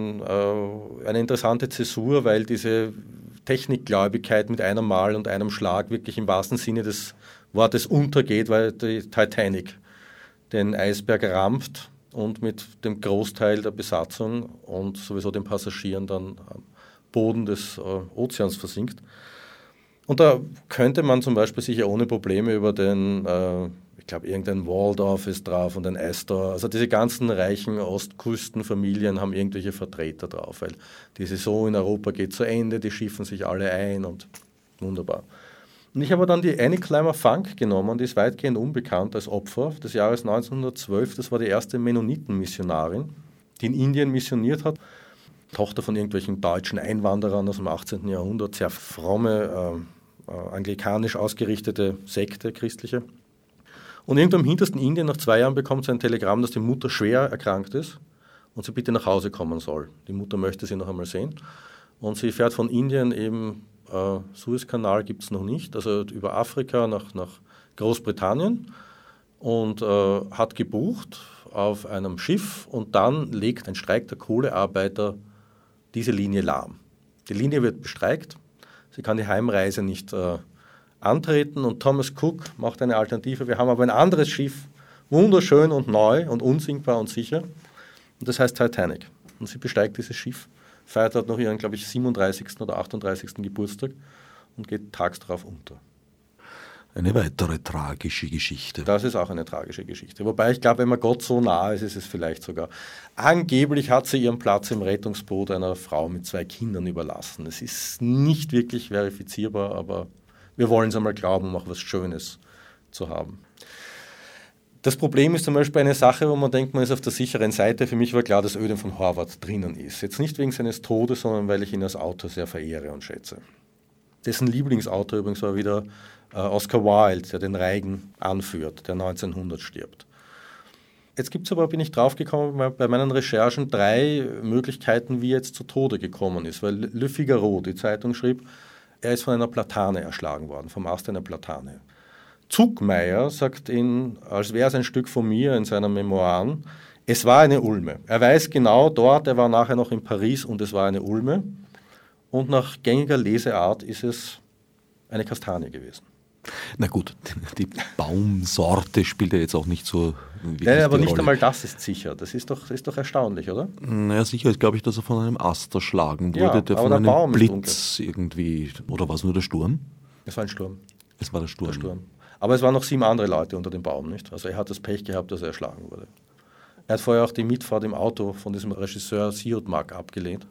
S1: eine interessante Zäsur, weil diese Technikgläubigkeit mit einem Mal und einem Schlag wirklich im wahrsten Sinne des Wortes untergeht, weil die Titanic den Eisberg rammt und mit dem Großteil der Besatzung und sowieso den Passagieren dann am Boden des Ozeans versinkt. Und da könnte man zum Beispiel sicher ohne Probleme über den, ich glaube, irgendein Waldorf ist drauf und ein Astor. Also diese ganzen reichen Ostküstenfamilien haben irgendwelche Vertreter drauf, weil die Saison in Europa geht zu Ende, die schiffen sich alle ein und wunderbar. Und ich habe dann die Annie Clymer Funk genommen, die ist weitgehend unbekannt als Opfer des Jahres 1912. Das war die erste Mennoniten-Missionarin, die in Indien missioniert hat. Tochter von irgendwelchen deutschen Einwanderern aus dem 18. Jahrhundert, sehr fromme, anglikanisch ausgerichtete Sekte, christliche. Und irgendwo im hintersten Indien, nach 2 Jahren, bekommt sie ein Telegramm, dass die Mutter schwer erkrankt ist und sie bitte nach Hause kommen soll. Die Mutter möchte sie noch einmal sehen. Und sie fährt von Indien eben, Suezkanal gibt es noch nicht, also über Afrika nach Großbritannien und hat gebucht auf einem Schiff und dann legt ein Streik der Kohlearbeiter diese Linie lahm. Die Linie wird bestreikt, sie kann die Heimreise nicht antreten und Thomas Cook macht eine Alternative. Wir haben aber ein anderes Schiff, wunderschön und neu und unsinkbar und sicher und das heißt Titanic. Und sie besteigt dieses Schiff, feiert dort noch ihren, glaube ich, 37. oder 38. Geburtstag und geht tags darauf unter.
S3: Eine weitere tragische Geschichte.
S1: Das ist auch eine tragische Geschichte. Wobei ich glaube, wenn man Gott so nah ist, ist es vielleicht sogar. Angeblich hat sie ihren Platz im Rettungsboot einer Frau mit 2 Kindern überlassen. Es ist nicht wirklich verifizierbar, aber wir wollen es einmal glauben, um auch was Schönes zu haben. Das Problem ist zum Beispiel eine Sache, wo man denkt, man ist auf der sicheren Seite. Für mich war klar, dass Ödem von Horvath drinnen ist. Jetzt nicht wegen seines Todes, sondern weil ich ihn als Autor sehr verehre und schätze. Dessen Lieblingsautor übrigens war wieder Oscar Wilde, der den Reigen anführt, der 1900 stirbt. Jetzt gibt es aber, bin ich draufgekommen, bei meinen Recherchen 3 Möglichkeiten, wie er jetzt zu Tode gekommen ist. Weil Le Figaro, die Zeitung, schrieb, er ist von einer Platane erschlagen worden, vom Ast einer Platane. Zuckmayer sagt ihn, als wäre es ein Stück von mir in seinen Memoiren, es war eine Ulme. Er weiß genau dort, er war nachher noch in Paris und es war eine Ulme. Und nach gängiger Leseart ist es eine Kastanie gewesen.
S3: Na gut, die Baumsorte spielt ja jetzt auch nicht so wichtig.
S1: Ja, aber nicht einmal das ist sicher. Das ist doch erstaunlich, oder?
S3: Naja, sicher ist, glaube ich, dass er von einem Ast erschlagen wurde,
S1: ja,
S3: der von einem Blitz irgendwie, oder war es nur der Sturm?
S1: Es war ein Sturm.
S3: Es war der Sturm.
S1: Aber es waren noch 7 andere Leute unter dem Baum, nicht? Also er hat das Pech gehabt, dass er erschlagen wurde. Er hat vorher auch die Mitfahrt im Auto von diesem Regisseur Siodmak abgelehnt.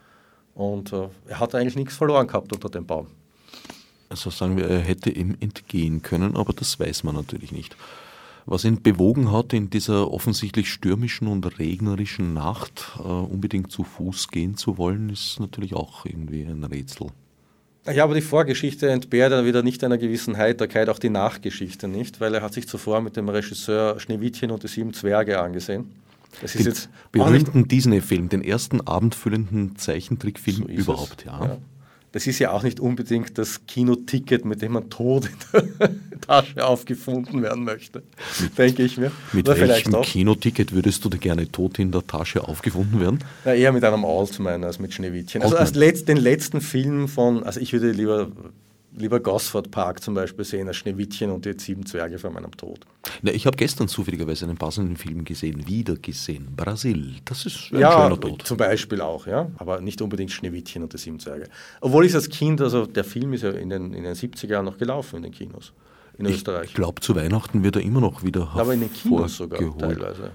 S1: Und er hat eigentlich nichts verloren gehabt unter dem Baum.
S3: Also sagen wir, er hätte ihm entgehen können, aber das weiß man natürlich nicht. Was ihn bewogen hat, in dieser offensichtlich stürmischen und regnerischen Nacht unbedingt zu Fuß gehen zu wollen, ist natürlich auch irgendwie ein Rätsel.
S1: Ja, aber die Vorgeschichte entbehrt dann wieder nicht einer gewissen Heiterkeit, auch die Nachgeschichte nicht, weil er hat sich zuvor mit dem Regisseur Schneewittchen und die 7 Zwerge angesehen. Das ist
S3: den
S1: jetzt
S3: berühmten Disney-Film, den ersten abendfüllenden Zeichentrickfilm
S1: so
S3: überhaupt. Ja.
S1: Das ist ja auch nicht unbedingt das Kinoticket, mit dem man tot in der Tasche aufgefunden werden möchte, denke ich mir.
S3: Mit welchem Kinoticket würdest du dir gerne tot in der Tasche aufgefunden werden?
S1: Na, eher mit einem Altman als mit Schneewittchen. Also den letzten Film von, also ich würde lieber Gosford Park zum Beispiel sehen als Schneewittchen und die 7 Zwerge vor meinem Tod.
S3: Na, ich habe gestern zufälligerweise einen passenden Film wieder gesehen. Brasil, das ist ein schöner Tod.
S1: Zum Beispiel auch, ja, aber nicht unbedingt Schneewittchen und die 7 Zwerge. Obwohl ich als Kind, also der Film ist ja in den 70er Jahren noch gelaufen in den Kinos in Österreich.
S3: Ich glaube, zu Weihnachten wird er immer noch wieder
S1: aber in den Kinos sogar teilweise.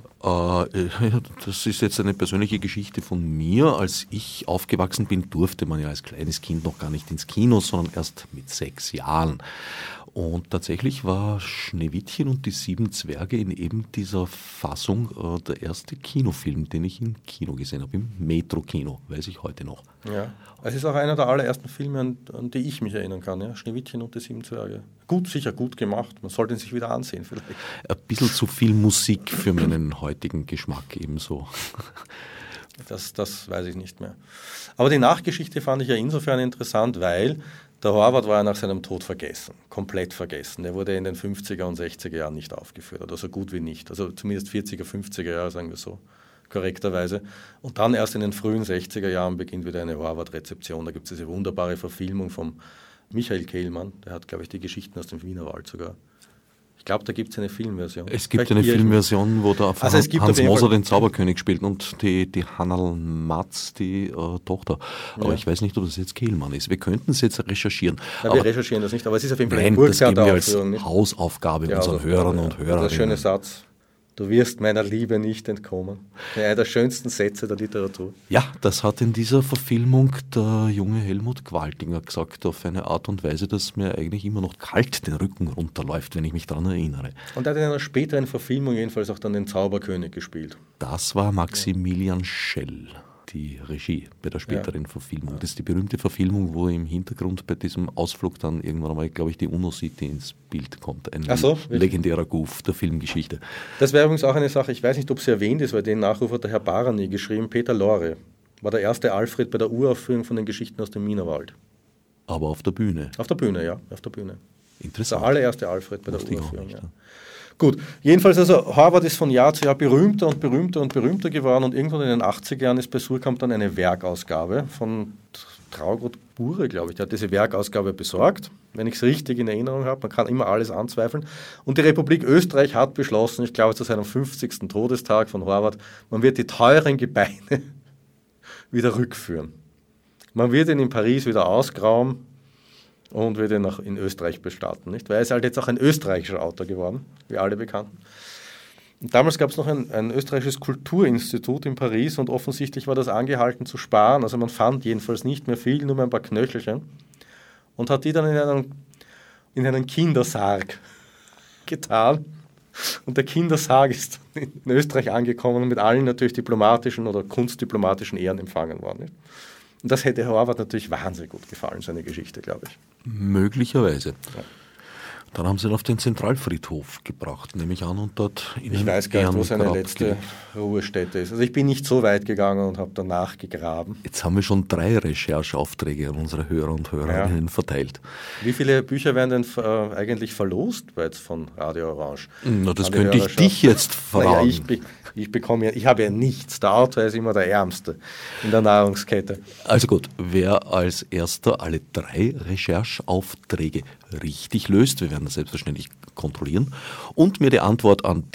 S3: Das ist jetzt eine persönliche Geschichte von mir. Als ich aufgewachsen bin, durfte man ja als kleines Kind noch gar nicht ins Kino, sondern erst mit 6 Jahren. Und tatsächlich war Schneewittchen und die 7 Zwerge in eben dieser Fassung der erste Kinofilm, den ich im Kino gesehen habe, im Metro-Kino, weiß ich heute noch.
S1: Ja, es ist auch einer der allerersten Filme, an die ich mich erinnern kann, ja? Schneewittchen und die 7 Zwerge. Sicher gut gemacht, man sollte ihn sich wieder ansehen vielleicht.
S3: Ein bisschen zu viel Musik für meinen heutigen Geschmack ebenso.
S1: Das weiß ich nicht mehr. Aber die Nachgeschichte fand ich ja insofern interessant, weil der Horvath war ja nach seinem Tod vergessen, komplett vergessen. Er wurde in den 50er und 60er Jahren nicht aufgeführt, oder so gut wie nicht. Also zumindest 40er, 50er Jahre, sagen wir so, korrekterweise. Und dann erst in den frühen 60er Jahren beginnt wieder eine Horvath-Rezeption. Da gibt es diese wunderbare Verfilmung von Michael Kehlmann, der hat, glaube ich, die Geschichten aus dem Wienerwald sogar. Ich glaube, da gibt es eine Filmversion.
S3: Es gibt eine Filmversion, wo der Hans Moser den Zauberkönig spielt und die Hannal Matz, die Tochter. Aber ich weiß nicht, ob das jetzt Kehlmann ist. Wir könnten es jetzt recherchieren.
S1: Ja, wir recherchieren das nicht, aber es ist auf jeden Fall
S3: eine Burgtheateraufführung. Das geben wir als Hausaufgabe unseren Hörern und Hörerinnen.
S1: Der schöne Satz. Du wirst meiner Liebe nicht entkommen. Einer der schönsten Sätze der Literatur.
S3: Ja, das hat in dieser Verfilmung der junge Helmut Gwaltinger gesagt, auf eine Art und Weise, dass mir eigentlich immer noch kalt den Rücken runterläuft, wenn ich mich daran erinnere. Und
S1: er hat in einer späteren Verfilmung jedenfalls auch dann den Zauberkönig gespielt.
S3: Das war Maximilian Schell, die Regie bei der späteren Verfilmung. Das ist die berühmte Verfilmung, wo im Hintergrund bei diesem Ausflug dann irgendwann einmal, glaube ich, die UNO-City ins Bild kommt. Ein legendärer Goof der Filmgeschichte.
S1: Das wäre übrigens auch eine Sache, ich weiß nicht, ob sie erwähnt ist, weil den Nachruf hat der Herr Barany geschrieben. Peter Lorre war der erste Alfred bei der Uraufführung von den Geschichten aus dem Wienerwald.
S3: Aber auf der Bühne?
S1: Auf der Bühne, ja, auf der Bühne.
S3: Interessant.
S1: Der allererste Alfred bei der Uraufführung, ja. Gut, jedenfalls also Horvath ist von Jahr zu Jahr berühmter und berühmter und berühmter geworden und irgendwann in den 80er Jahren ist bei Surkamp dann eine Werkausgabe von Traugott Bure, glaube ich. Der hat diese Werkausgabe besorgt, wenn ich es richtig in Erinnerung habe. Man kann immer alles anzweifeln. Und die Republik Österreich hat beschlossen, ich glaube zu seinem 50. Todestag von Horvath, man wird die teuren Gebeine wieder rückführen. Man wird ihn in Paris wieder ausgraben und wird ihn in Österreich bestatten. Nicht? Weil er ist halt jetzt auch ein österreichischer Autor geworden, wie alle Bekannten. Und damals gab es noch ein österreichisches Kulturinstitut in Paris und offensichtlich war das angehalten zu sparen. Also man fand jedenfalls nicht mehr viel, nur mehr ein paar Knöchelchen. Und hat die dann in einen Kindersarg getan Und der Kindersarg ist in Österreich angekommen und mit allen natürlich diplomatischen oder kunstdiplomatischen Ehren empfangen worden. Nicht? Und das hätte Horvath natürlich wahnsinnig gut gefallen, seine Geschichte, glaube ich.
S3: Möglicherweise.
S1: Ja.
S3: Dann haben sie ihn auf den Zentralfriedhof gebracht, nehme ich an, und dort in
S1: Ich weiß gar nicht, wo seine letzte Ruhestätte ist. Also ich bin nicht so weit gegangen und habe danach gegraben.
S3: Jetzt haben wir schon 3 Rechercheaufträge an unsere Hörer und Hörerinnen verteilt.
S1: Wie viele Bücher werden denn eigentlich verlost jetzt von Radio Orange?
S3: Na, das könnte ich dich jetzt fragen.
S1: Naja, ich habe ja nichts. Der Autor ist immer der Ärmste in der Nahrungskette.
S3: Also gut, wer als erster alle 3 Rechercheaufträge richtig löst, wir werden das selbstverständlich kontrollieren, und mir die Antwort an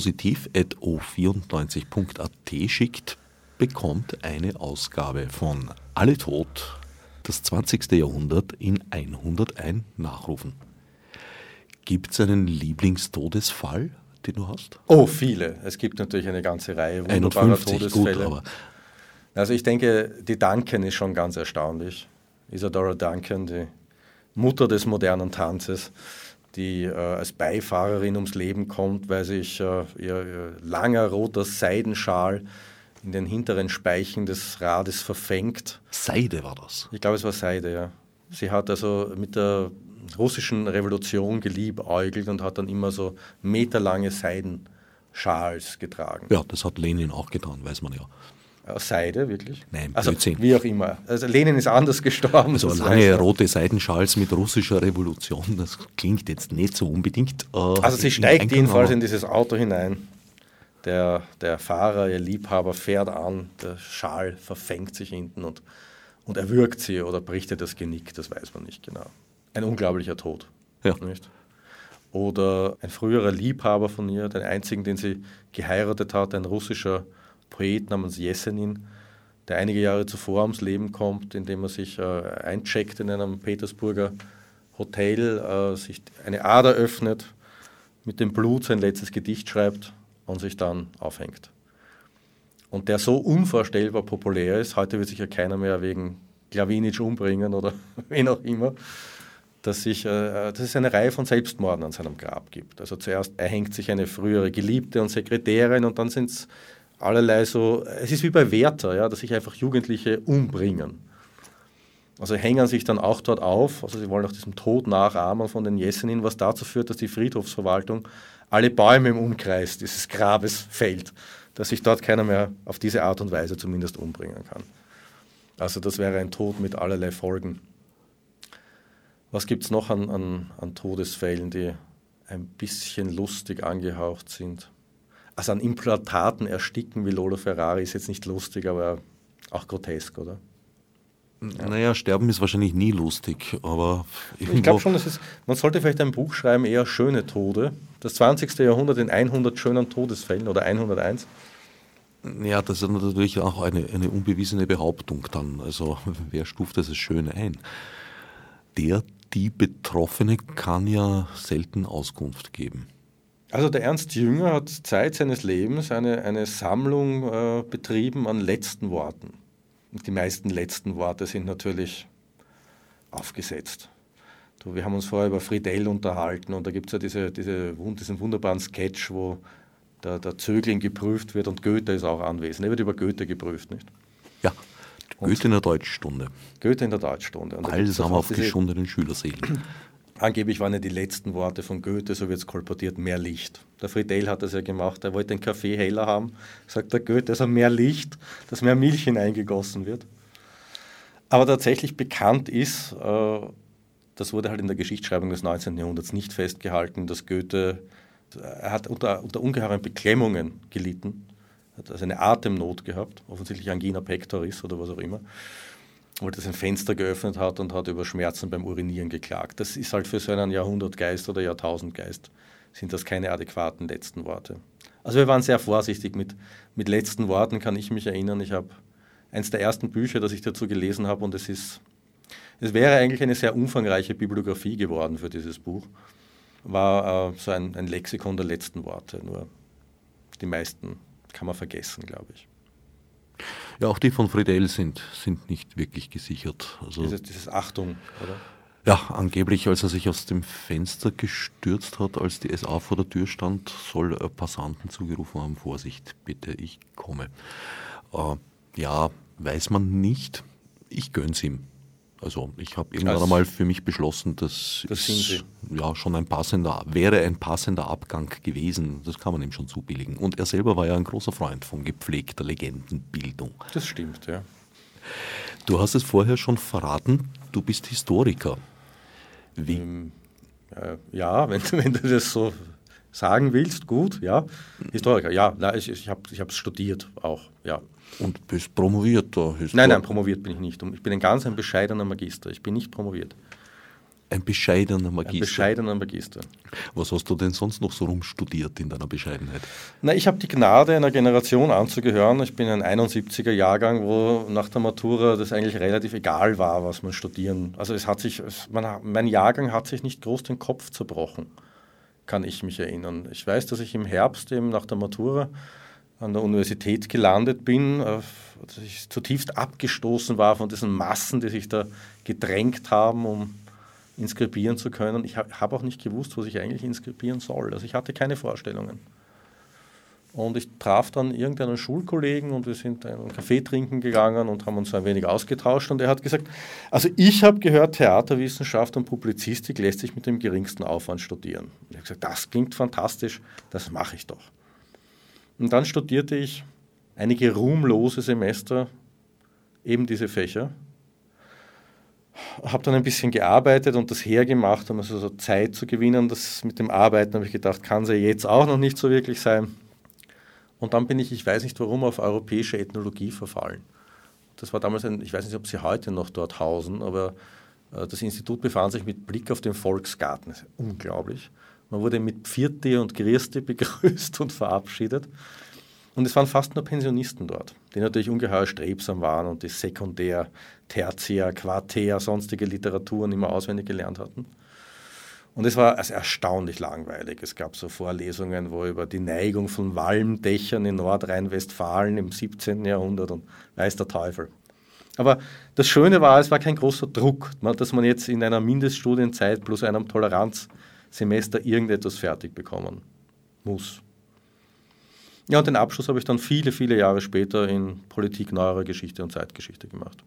S3: dispositiv.o94.at schickt, bekommt eine Ausgabe von Alle tot, das 20. Jahrhundert in 101 Nachrufen. Gibt es einen Lieblingstodesfall, den du hast?
S1: Oh, viele. Es gibt natürlich eine ganze Reihe wunderbarer
S3: 51,
S1: Todesfälle.
S3: gut, aber
S1: also ich denke, die Duncan ist schon ganz erstaunlich. Isadora Duncan, die Mutter des modernen Tanzes, die als Beifahrerin ums Leben kommt, weil sich ihr langer roter Seidenschal in den hinteren Speichen des Rades verfängt.
S3: Seide war das?
S1: Ich glaube, es war Seide, ja. Sie hat also mit der russischen Revolution geliebäugelt und hat dann immer so meterlange Seidenschals getragen.
S3: Ja, das hat Lenin auch getan, weiß man ja.
S1: Aus Seide, wirklich?
S3: Nein,
S1: also
S3: Blödsinn.
S1: wie auch immer. Also Lenin ist anders gestorben.
S3: Also lange rote Seidenschals mit russischer Revolution, das klingt jetzt nicht so unbedingt.
S1: Also sie steigt jedenfalls in dieses Auto hinein. Der Fahrer, ihr Liebhaber, fährt an, der Schal verfängt sich hinten und erwürgt sie oder bricht ihr das Genick, das weiß man nicht genau. Ein unglaublicher Tod.
S3: Ja.
S1: Nicht? Oder ein früherer Liebhaber von ihr, den einzigen, den sie geheiratet hat, ein russischer Poet namens Jesenin, der einige Jahre zuvor ums Leben kommt, indem er sich eincheckt in einem Petersburger Hotel, sich eine Ader öffnet, mit dem Blut sein letztes Gedicht schreibt und sich dann aufhängt. Und der so unvorstellbar populär ist, heute wird sich ja keiner mehr wegen Glavinic umbringen oder wen auch immer, dass es eine Reihe von Selbstmorden an seinem Grab gibt. Also zuerst erhängt sich eine frühere Geliebte und Sekretärin und dann sind es allerlei so, es ist wie bei Werther, ja, dass sich einfach Jugendliche umbringen. Also hängen sich dann auch dort auf, also sie wollen auch diesem Tod nachahmen von den Jesenin, was dazu führt, dass die Friedhofsverwaltung alle Bäume im Umkreis dieses Grabes fällt, dass sich dort keiner mehr auf diese Art und Weise zumindest umbringen kann. Also das wäre ein Tod mit allerlei Folgen. Was gibt es noch an Todesfällen, die ein bisschen lustig angehaucht sind? Also an Implantaten ersticken wie Lolo Ferrari ist jetzt nicht lustig, aber auch grotesk, oder?
S3: Ja. Naja, Sterben ist wahrscheinlich nie lustig, aber
S1: ich glaube schon, man sollte vielleicht ein Buch schreiben, eher schöne Tode. Das 20. Jahrhundert in 100 schönen Todesfällen oder 101.
S3: Ja, das ist natürlich auch eine unbewiesene Behauptung dann. Also wer stuft das als schön ein? Die Betroffene kann ja selten Auskunft geben.
S1: Also der Ernst Jünger hat Zeit seines Lebens eine Sammlung betrieben an letzten Worten. Und die meisten letzten Worte sind natürlich aufgesetzt. Wir haben uns vorher über Friedel unterhalten und da gibt es ja diesen wunderbaren Sketch, wo der Zögling geprüft wird und Goethe ist auch anwesend. Er wird über Goethe geprüft, nicht?
S3: Ja, Goethe in der Deutschstunde.
S1: Goethe in der Deutschstunde.
S3: Allsam auf geschundenen Schülerseelen.
S1: Angeblich waren ja die letzten Worte von Goethe, so wird es kolportiert, mehr Licht. Der Friedel hat das ja gemacht, er wollte den Kaffee heller haben, sagt der Goethe, also mehr Licht, dass mehr Milch hineingegossen wird. Aber tatsächlich bekannt ist, das wurde halt in der Geschichtsschreibung des 19. Jahrhunderts nicht festgehalten, dass Goethe, er hat unter ungeheuren Beklemmungen gelitten, hat also eine Atemnot gehabt, offensichtlich Angina pectoris oder was auch immer, weil er sein Fenster geöffnet hat und hat über Schmerzen beim Urinieren geklagt. Das ist halt für so einen Jahrhundertgeist oder Jahrtausendgeist, sind das keine adäquaten letzten Worte. Also wir waren sehr vorsichtig mit letzten Worten, kann ich mich erinnern. Ich habe eines der ersten Bücher, das ich dazu gelesen habe, und es wäre eigentlich eine sehr umfangreiche Bibliografie geworden für dieses Buch, war so ein Lexikon der letzten Worte. Nur die meisten kann man vergessen, glaube ich.
S3: Ja, auch die von Friedel sind nicht wirklich gesichert. Also
S1: dieses Achtung, oder?
S3: Ja, angeblich, als er sich aus dem Fenster gestürzt hat, als die SA vor der Tür stand, soll Passanten zugerufen haben, Vorsicht, bitte, ich komme. Ja, weiß man nicht. Ich gönn's ihm. Also ich habe irgendwann einmal für mich beschlossen, das ist ja schon ein passender Abgang gewesen. Das kann man ihm schon zubilligen. Und er selber war ja ein großer Freund von gepflegter Legendenbildung.
S1: Das stimmt, ja.
S3: Du hast es vorher schon verraten, du bist Historiker. Wie?
S1: Ja, wenn du das so sagen willst, gut, ja. Historiker, ja. Ich habe es studiert auch, ja.
S3: Und bist promovierter Historiker?
S1: Nein, promoviert bin ich nicht. Ich bin ein bescheidener Magister. Ich bin nicht promoviert.
S3: Ein bescheidener Magister? Ein
S1: bescheidener Magister.
S3: Was hast du denn sonst noch so rumstudiert in deiner Bescheidenheit?
S1: Ich habe die Gnade, einer Generation anzugehören. Ich bin ein 71er Jahrgang, wo nach der Matura das eigentlich relativ egal war, was man studieren. Also mein Jahrgang hat sich nicht groß den Kopf zerbrochen, kann ich mich erinnern. Ich weiß, dass ich im Herbst eben nach der Matura an der Universität gelandet bin, dass ich zutiefst abgestoßen war von diesen Massen, die sich da gedrängt haben, um inskribieren zu können. Ich habe auch nicht gewusst, was ich eigentlich inskribieren soll. Also ich hatte keine Vorstellungen. Und ich traf dann irgendeinen Schulkollegen und wir sind einen Kaffee trinken gegangen und haben uns ein wenig ausgetauscht. Und er hat gesagt, also ich habe gehört, Theaterwissenschaft und Publizistik lässt sich mit dem geringsten Aufwand studieren. Und ich habe gesagt, das klingt fantastisch, das mache ich doch. Und dann studierte ich einige ruhmlose Semester eben diese Fächer. Habe dann ein bisschen gearbeitet und das hergemacht, um also so Zeit zu gewinnen. Das mit dem Arbeiten habe ich gedacht, kann sie jetzt auch noch nicht so wirklich sein. Und dann bin ich weiß nicht warum, auf europäische Ethnologie verfallen. Das war damals ich weiß nicht, ob sie heute noch dort hausen, aber das Institut befand sich mit Blick auf den Volksgarten. Das ist unglaublich. Man wurde mit Pfiat und Grüß begrüßt und verabschiedet. Und es waren fast nur Pensionisten dort, die natürlich ungeheuer strebsam waren und die Sekundär-, Tertiär-, Quartär-, sonstige Literaturen immer auswendig gelernt hatten. Und es war also erstaunlich langweilig. Es gab so Vorlesungen, wo über die Neigung von Walmdächern in Nordrhein-Westfalen im 17. Jahrhundert und weiß der Teufel. Aber das Schöne war, es war kein großer Druck, dass man jetzt in einer Mindeststudienzeit plus einem Toleranzsemester irgendetwas fertig bekommen muss. Ja, und den Abschluss habe ich dann viele, viele Jahre später in Politik, Neuere Geschichte und Zeitgeschichte gemacht.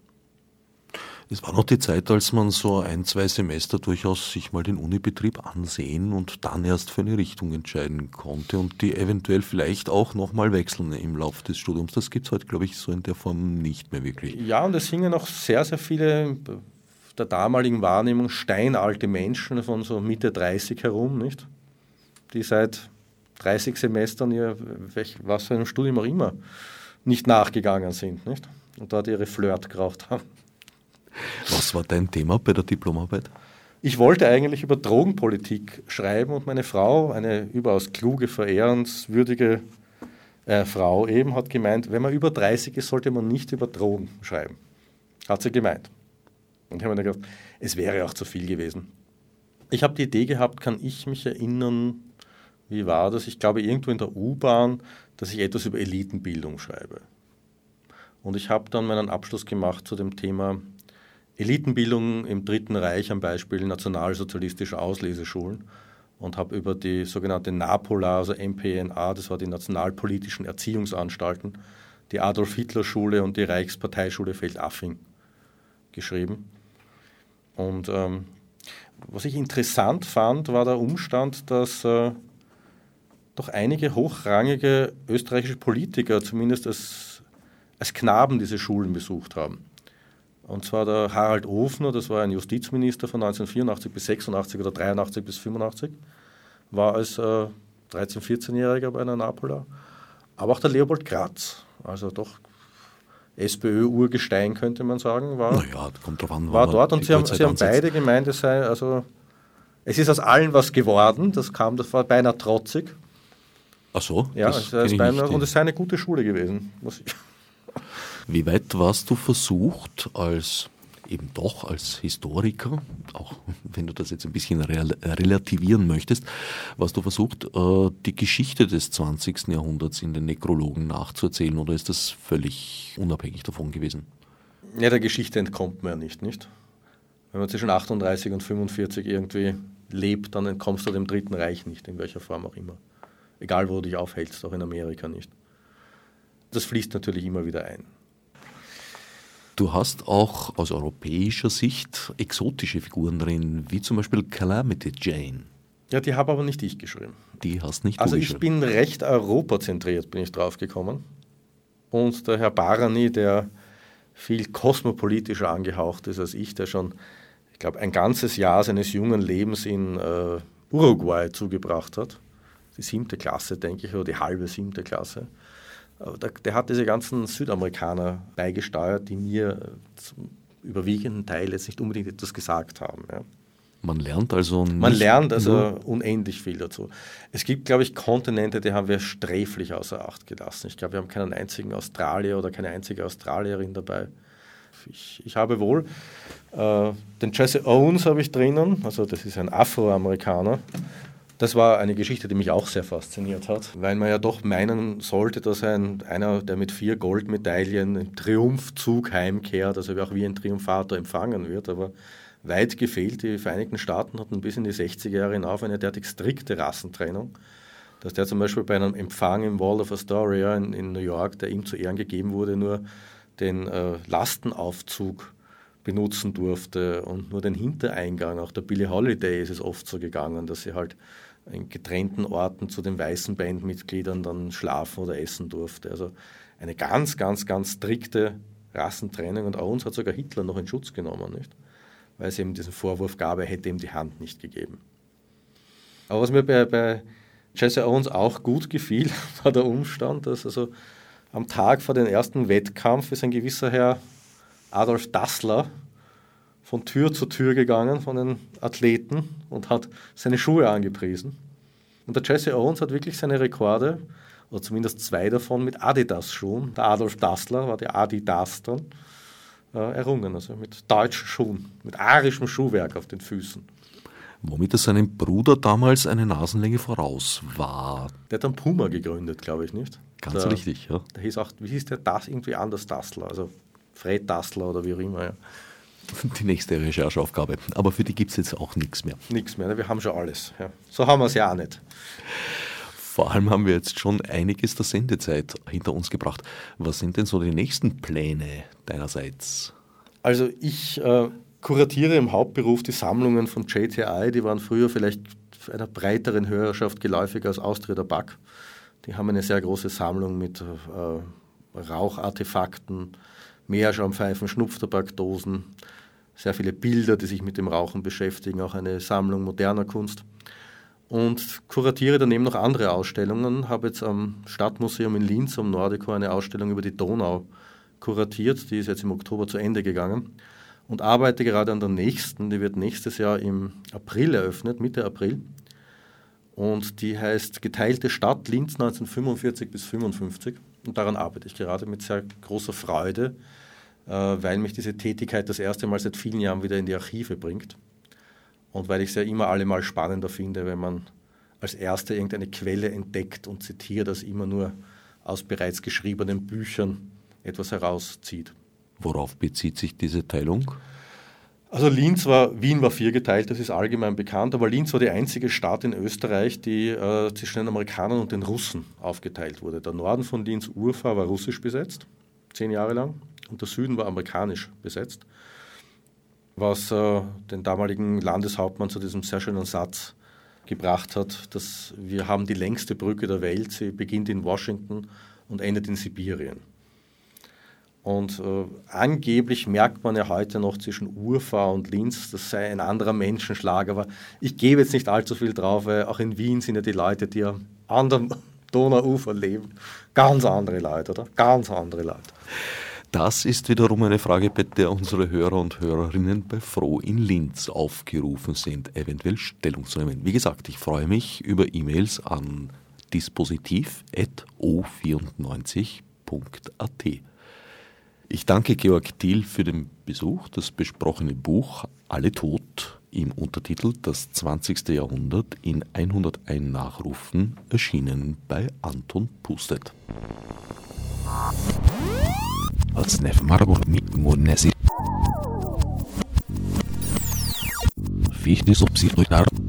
S3: Es war noch die Zeit, als man so 1-2 Semester durchaus sich mal den Unibetrieb ansehen und dann erst für eine Richtung entscheiden konnte und die eventuell vielleicht auch nochmal wechseln im Laufe des Studiums. Das gibt es heute, glaube ich, so in der Form nicht mehr wirklich.
S1: Ja, und es hingen noch sehr, sehr viele der damaligen Wahrnehmung steinalte Menschen von so Mitte 30 herum, nicht? Die seit 30 Semestern was für einem Studium auch immer nicht nachgegangen sind, nicht? Und dort ihre Flirt geraucht haben.
S3: Was war dein Thema bei der Diplomarbeit?
S1: Ich wollte eigentlich über Drogenpolitik schreiben und meine Frau, eine überaus kluge, verehrenswürdige Frau eben, hat gemeint, wenn man über 30 ist, sollte man nicht über Drogen schreiben. Hat sie gemeint. Und ich habe mir gedacht, es wäre auch zu viel gewesen. Ich habe die Idee gehabt, kann ich mich erinnern, wie war das? Ich glaube, irgendwo in der U-Bahn, dass ich etwas über Elitenbildung schreibe. Und ich habe dann meinen Abschluss gemacht zu dem Thema Elitenbildung im Dritten Reich am Beispiel nationalsozialistischer Ausleseschulen und habe über die sogenannte NAPOLA, also MPNA, das war die nationalpolitischen Erziehungsanstalten, die Adolf-Hitler-Schule und die Reichsparteischule Feldaffing geschrieben. Und was ich interessant fand, war der Umstand, dass doch einige hochrangige österreichische Politiker zumindest als Knaben diese Schulen besucht haben. Und zwar der Harald Ofner, das war ein Justizminister von 1984 bis 86 oder 83 bis 85, war als 13-, 14-Jähriger bei einer NAPOLA. Aber auch der Leopold Graz, also doch SPÖ-Urgestein könnte man sagen, war dort. Und sie haben beide gemeint, es ist aus allen was geworden, das war beinahe trotzig.
S3: Ach so?
S1: Ja, und es sei eine gute Schule gewesen.
S3: Wie weit warst du versucht, als Historiker, auch wenn du das jetzt ein bisschen relativieren möchtest, warst du versucht, die Geschichte des 20. Jahrhunderts in den Nekrologen nachzuerzählen oder ist das völlig unabhängig davon gewesen?
S1: Ja, der Geschichte entkommt man ja nicht? Wenn man zwischen 38 und 45 irgendwie lebt, dann entkommst du dem Dritten Reich nicht, in welcher Form auch immer. Egal, wo du dich aufhältst, auch in Amerika nicht. Das fließt natürlich immer wieder ein.
S3: Du hast auch aus europäischer Sicht exotische Figuren drin, wie zum Beispiel Calamity Jane.
S1: Ja, die habe aber nicht ich geschrieben.
S3: Die hast nicht
S1: Also
S3: du
S1: ich
S3: geschrieben.
S1: bin recht europazentriert, bin ich drauf gekommen. Und der Herr Barany, der viel kosmopolitischer angehaucht ist als ich, der schon, ich glaube, ein ganzes Jahr seines jungen Lebens in Uruguay zugebracht hat. Die 7. Klasse, denke ich, oder die halbe 7. Klasse. Der hat diese ganzen Südamerikaner beigesteuert, die mir zum überwiegenden Teil jetzt nicht unbedingt etwas gesagt haben. Ja.
S3: Man lernt also
S1: unendlich viel dazu. Es gibt, glaube ich, Kontinente, die haben wir sträflich außer Acht gelassen. Ich glaube, wir haben keinen einzigen Australier oder keine einzige Australierin dabei. Ich habe wohl den Jesse Owens habe ich drinnen, also das ist ein Afroamerikaner. Das war eine Geschichte, die mich auch sehr fasziniert hat, weil man ja doch meinen sollte, dass einer, der mit 4 Goldmedaillen im Triumphzug heimkehrt, also auch wie ein Triumphator empfangen wird, aber weit gefehlt. Die Vereinigten Staaten hatten bis in die 60er Jahre hinauf eine derartig strikte Rassentrennung, dass der zum Beispiel bei einem Empfang im Wall of Astoria in New York, der ihm zu Ehren gegeben wurde, nur den Lastenaufzug benutzen durfte und nur den Hintereingang. Auch der Billie Holiday ist es oft so gegangen, dass sie halt in getrennten Orten zu den weißen Bandmitgliedern dann schlafen oder essen durfte. Also eine ganz, ganz, ganz strikte Rassentrennung, und Owens hat sogar Hitler noch in Schutz genommen, nicht? Weil es eben diesen Vorwurf gab, er hätte ihm die Hand nicht gegeben. Aber was mir bei Jesse Owens auch gut gefiel, war der Umstand, dass also am Tag vor dem ersten Wettkampf ist ein gewisser Herr Adolf Dassler von Tür zu Tür gegangen von den Athleten und hat seine Schuhe angepriesen. Und der Jesse Owens hat wirklich seine Rekorde, oder zumindest 2 davon, mit Adidas-Schuhen. Der Adolf Dassler war der Adidas dann, errungen, also mit deutschen Schuhen, mit arischem Schuhwerk auf den Füßen.
S3: Womit er seinem Bruder damals eine Nasenlänge voraus war.
S1: Der hat dann Puma gegründet, glaube ich, nicht?
S3: Ganz richtig, ja.
S1: Der hieß auch, wie hieß der, das irgendwie anders Dassler, also Fred Dassler oder wie auch immer, ja.
S3: Die nächste Rechercheaufgabe. Aber für die gibt es jetzt auch nichts mehr.
S1: Nichts mehr, wir haben schon alles. Ja. So haben wir es ja auch nicht.
S3: Vor allem haben wir jetzt schon einiges der Sendezeit hinter uns gebracht. Was sind denn so die nächsten Pläne deinerseits?
S1: Also ich kuratiere im Hauptberuf die Sammlungen von JTI. Die waren früher vielleicht einer breiteren Hörerschaft geläufiger als Austria Tabak. Die haben eine sehr große Sammlung mit Rauchartefakten, Meerschaumpfeifen, Schnupftabakdosen, sehr viele Bilder, die sich mit dem Rauchen beschäftigen, auch eine Sammlung moderner Kunst. Und kuratiere daneben noch andere Ausstellungen. Habe jetzt am Stadtmuseum in Linz am Nordico eine Ausstellung über die Donau kuratiert. Die ist jetzt im Oktober zu Ende gegangen. Und arbeite gerade an der nächsten. Die wird nächstes Jahr im April eröffnet, Mitte April. Und die heißt Geteilte Stadt Linz 1945 bis 1955. Und daran arbeite ich gerade mit sehr großer Freude, weil mich diese Tätigkeit das erste Mal seit vielen Jahren wieder in die Archive bringt. Und weil ich es ja immer allemal spannender finde, wenn man als Erster irgendeine Quelle entdeckt und zitiert, als immer nur aus bereits geschriebenen Büchern etwas herauszieht.
S3: Worauf bezieht sich diese Teilung?
S1: Also Wien war viergeteilt, das ist allgemein bekannt, aber Linz war die einzige Stadt in Österreich, die zwischen den Amerikanern und den Russen aufgeteilt wurde. Der Norden von Linz, Urfahr, war russisch besetzt, 10 Jahre lang, und der Süden war amerikanisch besetzt, was den damaligen Landeshauptmann zu diesem sehr schönen Satz gebracht hat, dass wir haben die längste Brücke der Welt, sie beginnt in Washington und endet in Sibirien. Und angeblich merkt man ja heute noch zwischen Urfahr und Linz, das sei ein anderer Menschenschlag, aber ich gebe jetzt nicht allzu viel drauf, weil auch in Wien sind ja die Leute, die am anderen Donauufer leben, ganz andere Leute, oder? Ganz andere Leute.
S3: Das ist wiederum eine Frage, bei der unsere Hörer und Hörerinnen bei Froh in Linz aufgerufen sind, eventuell Stellung zu nehmen. Wie gesagt, ich freue mich über E-Mails an dispositiv@o94.at. Ich danke Georg Thiel für den Besuch. Das besprochene Buch Alle tot im Untertitel Das 20. Jahrhundert in 101 Nachrufen, erschienen bei Anton Pustet. Als Nef Marburg mit Monesi. Gefecht ist, ob sich durch